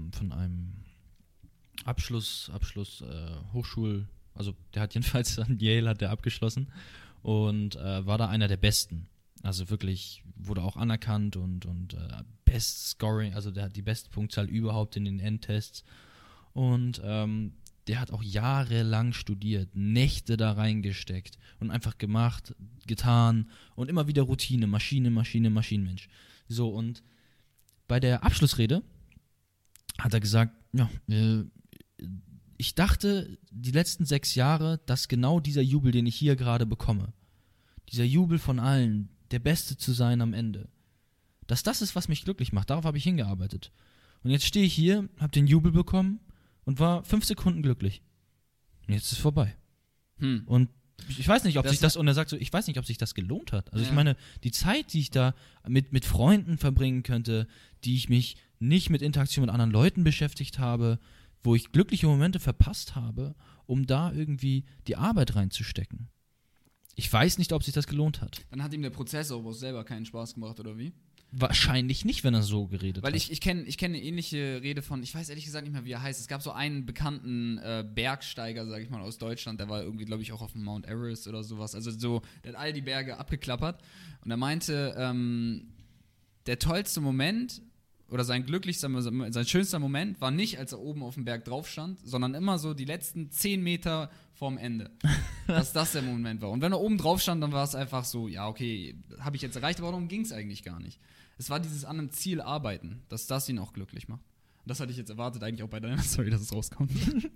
Hochschul, also der hat jedenfalls an Yale hat der abgeschlossen und war da einer der Besten. Also wirklich wurde auch anerkannt und Best Scoring, also der hat die beste Punktzahl überhaupt in den Endtests. Und der hat auch jahrelang studiert, Nächte da reingesteckt und einfach gemacht, getan und immer wieder Routine, Maschinenmensch. So, und bei der Abschlussrede hat er gesagt, ja, ich dachte die letzten 6 Jahre, dass genau dieser Jubel, den ich hier gerade bekomme, dieser Jubel von allen, der Beste zu sein am Ende, dass das ist, was mich glücklich macht. Darauf habe ich hingearbeitet. Und jetzt stehe ich hier, habe den Jubel bekommen und war 5 Sekunden glücklich. Und jetzt ist es vorbei. Und ich weiß nicht, ob sich das, und er sagt so, ich weiß nicht, ob sich das gelohnt hat. Also ich meine, die Zeit, die ich da mit Freunden verbringen könnte, die ich mich nicht mit Interaktion mit anderen Leuten beschäftigt habe, wo ich glückliche Momente verpasst habe, um da irgendwie die Arbeit reinzustecken. Ich weiß nicht, ob sich das gelohnt hat. Dann hat ihm der Prozess auch selber keinen Spaß gemacht, oder wie? Wahrscheinlich nicht, wenn er so geredet Weil hat. ich kenne eine ähnliche Rede von, ich weiß ehrlich gesagt nicht mehr, wie er heißt. Es gab so einen bekannten Bergsteiger, sag ich mal, aus Deutschland, der war irgendwie, glaube ich, auch auf dem Mount Everest oder sowas. Also so, der hat all die Berge abgeklappert. Und er meinte, der tollste Moment oder sein schönster Moment war nicht, als er oben auf dem Berg drauf stand, sondern immer so die letzten 10 Meter vorm Ende. Dass das der Moment war. Und wenn er oben drauf stand, dann war es einfach so, ja, okay, habe ich jetzt erreicht, aber darum ging es eigentlich gar nicht. Es war dieses an einem Ziel arbeiten, dass das ihn auch glücklich macht. Und das hatte ich jetzt erwartet, eigentlich auch bei deiner Story, dass es rauskommt.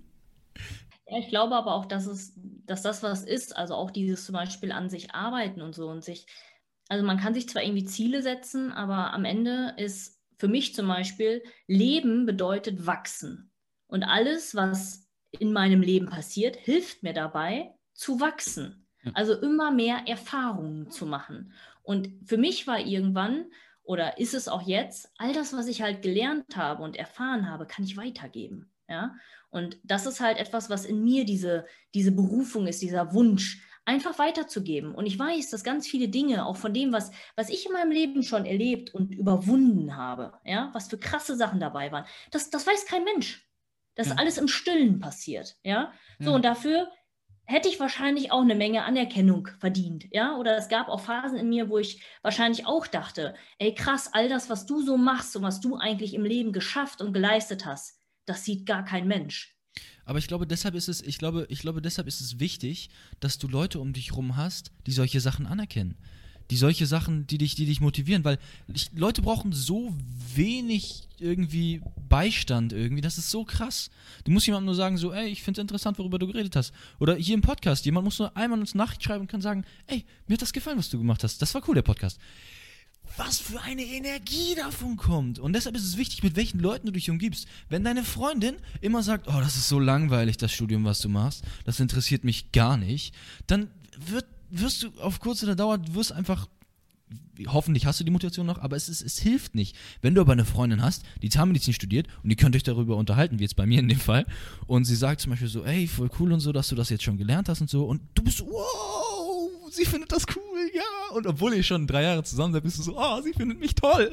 Ja, ich glaube aber auch, dass das was ist, also auch dieses zum Beispiel an sich arbeiten und so und also man kann sich zwar irgendwie Ziele setzen, aber am Ende ist für mich zum Beispiel, Leben bedeutet wachsen. Und alles, was in meinem Leben passiert, hilft mir dabei, zu wachsen. Also immer mehr Erfahrungen zu machen. Und für mich war irgendwann, oder ist es auch jetzt, all das, was ich halt gelernt habe und erfahren habe, kann ich weitergeben. Ja? Und das ist halt etwas, was in mir diese Berufung ist, dieser Wunsch, einfach weiterzugeben. Und ich weiß, dass ganz viele Dinge, auch von dem, was ich in meinem Leben schon erlebt und überwunden habe, ja, was für krasse Sachen dabei waren, das weiß kein Mensch. Das ist alles im Stillen passiert, ja. So, und dafür hätte ich wahrscheinlich auch eine Menge Anerkennung verdient, ja. Oder es gab auch Phasen in mir, wo ich wahrscheinlich auch dachte, ey krass, all das, was du so machst und was du eigentlich im Leben geschafft und geleistet hast, das sieht gar kein Mensch. Aber ich glaube, deshalb ist es wichtig, dass du Leute um dich rum hast, die solche Sachen anerkennen. Die solche Sachen, die dich motivieren, weil Leute brauchen so wenig irgendwie Beistand irgendwie, das ist so krass. Du musst jemandem nur sagen, so, ey, ich finde es interessant, worüber du geredet hast. Oder hier im Podcast, jemand muss nur einmal uns Nachricht schreiben und kann sagen, ey, mir hat das gefallen, was du gemacht hast. Das war cool, der Podcast. Was für eine Energie davon kommt. Und deshalb ist es wichtig, mit welchen Leuten du dich umgibst. Wenn deine Freundin immer sagt, oh, das ist so langweilig, das Studium, was du machst, das interessiert mich gar nicht, dann wirst du auf kurz oder Dauer, einfach, hoffentlich hast du die Motivation noch, aber es hilft nicht. Wenn du aber eine Freundin hast, die Zahnmedizin studiert und die könnt euch darüber unterhalten, wie jetzt bei mir in dem Fall, und sie sagt zum Beispiel so, ey, voll cool und so, dass du das jetzt schon gelernt hast und so, und du bist, wow, sie findet das cool, ja. Und obwohl ihr schon 3 Jahre zusammen seid, bist du so, oh, sie findet mich toll.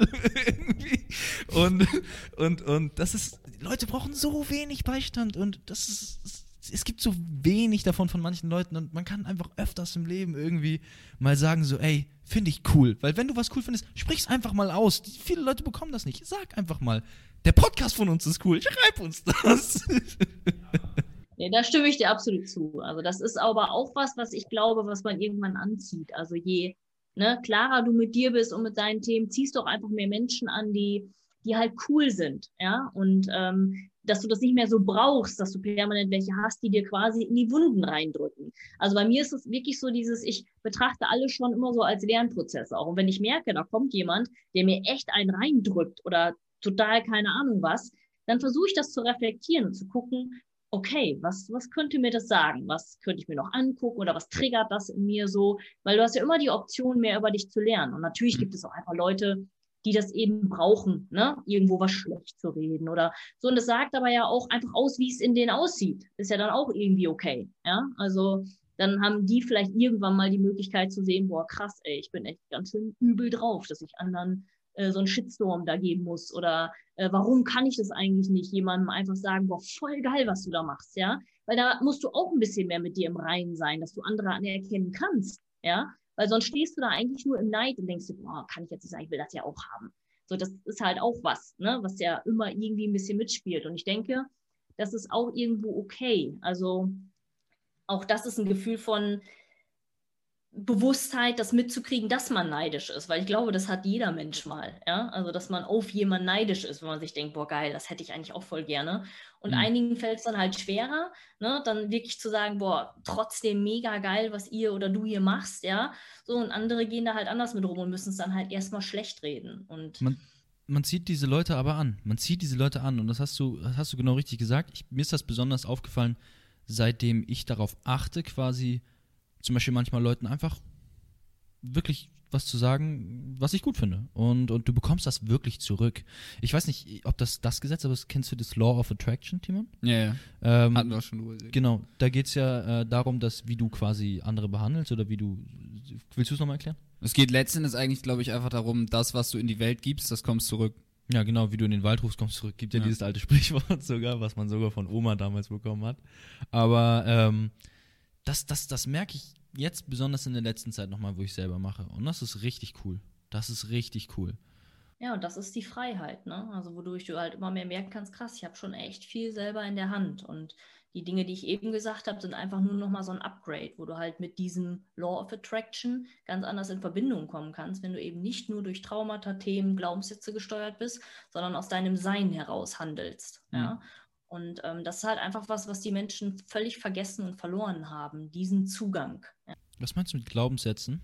und das ist, Leute brauchen so wenig Beistand und es gibt so wenig davon von manchen Leuten und man kann einfach öfters im Leben irgendwie mal sagen so, ey, finde ich cool. Weil wenn du was cool findest, sprich's einfach mal aus. Viele Leute bekommen das nicht. Sag einfach mal, der Podcast von uns ist cool, schreib uns das. Nee, da stimme ich dir absolut zu. Also das ist aber auch was ich glaube, was man irgendwann anzieht. Also je klarer du mit dir bist und mit deinen Themen, ziehst du auch einfach mehr Menschen an, die halt cool sind, ja, und dass du das nicht mehr so brauchst, dass du permanent welche hast, die dir quasi in die Wunden reindrücken. Also bei mir ist es wirklich so ich betrachte alles schon immer so als Lernprozesse auch. Und wenn ich merke, da kommt jemand, der mir echt einen reindrückt oder total keine Ahnung was, dann versuche ich das zu reflektieren und zu gucken, okay, was könnte mir das sagen? Was könnte ich mir noch angucken oder was triggert das in mir so? Weil du hast ja immer die Option, mehr über dich zu lernen. Und natürlich gibt es auch einfach Leute, die das eben brauchen, irgendwo was schlecht zu reden oder so. Und das sagt aber ja auch einfach aus, wie es in denen aussieht. Ist ja dann auch irgendwie okay, ja. Also dann haben die vielleicht irgendwann mal die Möglichkeit zu sehen, boah, krass, ey, ich bin echt ganz schön übel drauf, dass ich anderen so einen Shitstorm da geben muss oder warum kann ich das eigentlich nicht jemandem einfach sagen, boah, voll geil, was du da machst, ja. Weil da musst du auch ein bisschen mehr mit dir im Reinen sein, dass du andere anerkennen kannst, ja. Weil sonst stehst du da eigentlich nur im Neid und denkst dir, boah, kann ich jetzt nicht sagen, ich will das ja auch haben. So, das ist halt auch was, was ja immer irgendwie ein bisschen mitspielt. Und ich denke, das ist auch irgendwo okay. Also auch das ist ein Gefühl von Bewusstheit, das mitzukriegen, dass man neidisch ist. Weil ich glaube, das hat jeder Mensch mal. Ja? Also, dass man auf jemanden neidisch ist, wenn man sich denkt, boah, geil, das hätte ich eigentlich auch voll gerne. Und einigen fällt es dann halt schwerer, dann wirklich zu sagen, boah, trotzdem mega geil, was ihr oder du hier machst, ja. So, und andere gehen da halt anders mit rum und müssen es dann halt erstmal schlecht reden. Und man zieht diese Leute aber an. Man zieht diese Leute an. Und das hast du genau richtig gesagt. Mir ist das besonders aufgefallen, seitdem ich darauf achte, quasi zum Beispiel manchmal Leuten einfach wirklich was zu sagen, was ich gut finde. Und du bekommst das wirklich zurück. Ich weiß nicht, ob das Gesetz, aber kennst du das Law of Attraction, Timon? Ja. Hatten wir auch schon drüber. Genau, da geht es ja darum, dass wie du quasi andere behandelst oder willst du es nochmal erklären? Es geht letztendlich eigentlich, glaube ich, einfach darum, das, was du in die Welt gibst, das kommt zurück. Ja, genau, wie du in den Wald rufst, kommst zurück. Gibt ja dieses alte Sprichwort sogar, was man sogar von Oma damals bekommen hat. Aber das merke ich jetzt besonders in der letzten Zeit nochmal, wo ich selber mache. Und das ist richtig cool. Das ist richtig cool. Ja, und das ist die Freiheit, ne? Also wodurch du halt immer mehr merken kannst, krass, ich habe schon echt viel selber in der Hand. Und die Dinge, die ich eben gesagt habe, sind einfach nur nochmal so ein Upgrade, wo du halt mit diesem Law of Attraction ganz anders in Verbindung kommen kannst, wenn du eben nicht nur durch Traumata, Themen, Glaubenssätze gesteuert bist, sondern aus deinem Sein heraus handelst. Ja? Und das ist halt einfach was die Menschen völlig vergessen und verloren haben, diesen Zugang. Ja. Was meinst du mit Glaubenssätzen?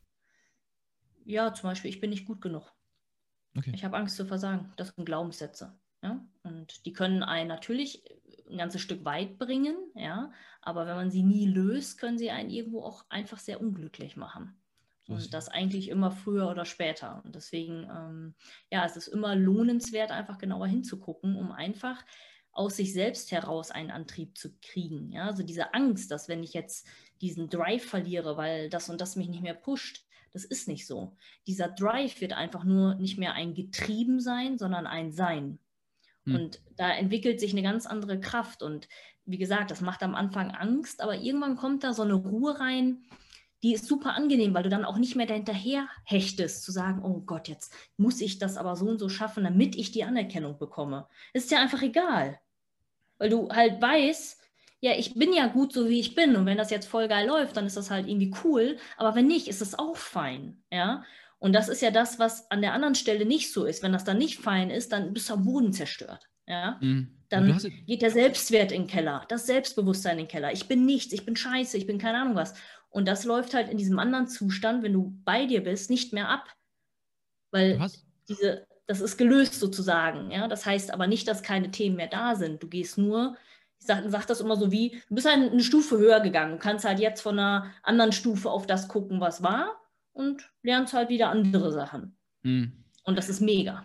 Ja, zum Beispiel, ich bin nicht gut genug. Okay. Ich habe Angst zu versagen. Das sind Glaubenssätze. Ja? Und die können einen natürlich ein ganzes Stück weit bringen, ja, aber wenn man sie nie löst, können sie einen irgendwo auch einfach sehr unglücklich machen. Und das eigentlich immer früher oder später. Und deswegen, es ist immer lohnenswert, einfach genauer hinzugucken, um einfach aus sich selbst heraus einen Antrieb zu kriegen. Ja? Also diese Angst, dass wenn ich jetzt diesen Drive verliere, weil das und das mich nicht mehr pusht, das ist nicht so. Dieser Drive wird einfach nur nicht mehr ein Getriebensein, sondern ein Sein. Und da entwickelt sich eine ganz andere Kraft. Und wie gesagt, das macht am Anfang Angst, aber irgendwann kommt da so eine Ruhe rein, die ist super angenehm, weil du dann auch nicht mehr dahinterher hechtest, zu sagen, oh Gott, jetzt muss ich das aber so und so schaffen, damit ich die Anerkennung bekomme. Es ist ja einfach egal. Weil du halt weißt, ja, ich bin ja gut so, wie ich bin. Und wenn das jetzt voll geil läuft, dann ist das halt irgendwie cool. Aber wenn nicht, ist es auch fein. Ja. Und das ist ja das, was an der anderen Stelle nicht so ist. Wenn das dann nicht fein ist, dann bist du am Boden zerstört. Ja? Dann geht der Selbstwert in den Keller, das Selbstbewusstsein in den Keller. Ich bin nichts, ich bin scheiße, ich bin keine Ahnung was. Und das läuft halt in diesem anderen Zustand, wenn du bei dir bist, nicht mehr ab. Weil das ist gelöst sozusagen. Ja? Das heißt aber nicht, dass keine Themen mehr da sind. Du gehst nur, ich sag das immer so wie, du bist halt eine Stufe höher gegangen. Du kannst halt jetzt von einer anderen Stufe auf das gucken, was war. Und lernst halt wieder andere Sachen. Und das ist mega.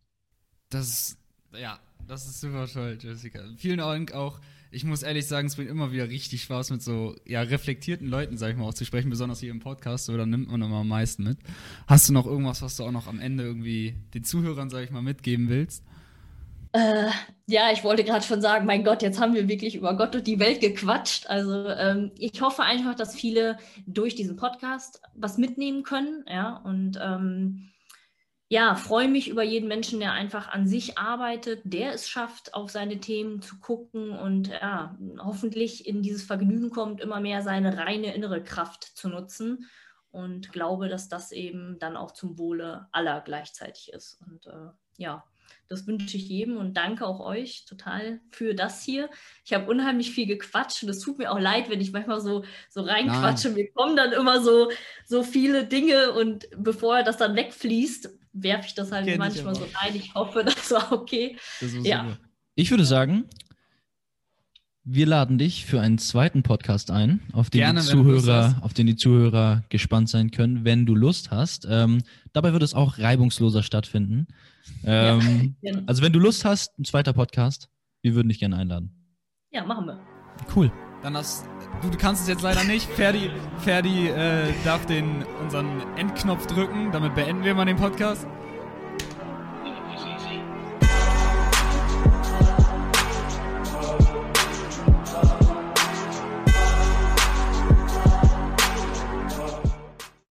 Das ist super toll, Jessica. Vielen Dank auch. Ich muss ehrlich sagen, es bringt immer wieder richtig Spaß, mit so reflektierten Leuten, sag ich mal, auch zu sprechen, besonders hier im Podcast, so, da nimmt man immer am meisten mit. Hast du noch irgendwas, was du auch noch am Ende irgendwie den Zuhörern, sag ich mal, mitgeben willst? Ja, ich wollte gerade schon sagen, mein Gott, jetzt haben wir wirklich über Gott und die Welt gequatscht. Also ich hoffe einfach, dass viele durch diesen Podcast was mitnehmen können. Ja, und freue mich über jeden Menschen, der einfach an sich arbeitet, der es schafft, auf seine Themen zu gucken und hoffentlich in dieses Vergnügen kommt, immer mehr seine reine innere Kraft zu nutzen. Und glaube, dass das eben dann auch zum Wohle aller gleichzeitig ist. Und das wünsche ich jedem und danke auch euch total für das hier. Ich habe unheimlich viel gequatscht und es tut mir auch leid, wenn ich manchmal so reinquatsche. Mir kommen dann immer so viele Dinge und bevor das dann wegfließt, werfe ich das halt manchmal so rein. Ich hoffe, das war okay. Das war super. Ich würde sagen, wir laden dich für einen zweiten Podcast ein, auf den die Zuhörer gespannt sein können, wenn du Lust hast. Dabei wird es auch reibungsloser stattfinden. Also wenn du Lust hast, ein zweiter Podcast, wir würden dich gerne einladen. Ja, machen wir. Cool. Dann du kannst es jetzt leider nicht. Ferdi darf unseren Endknopf drücken, damit beenden wir mal den Podcast.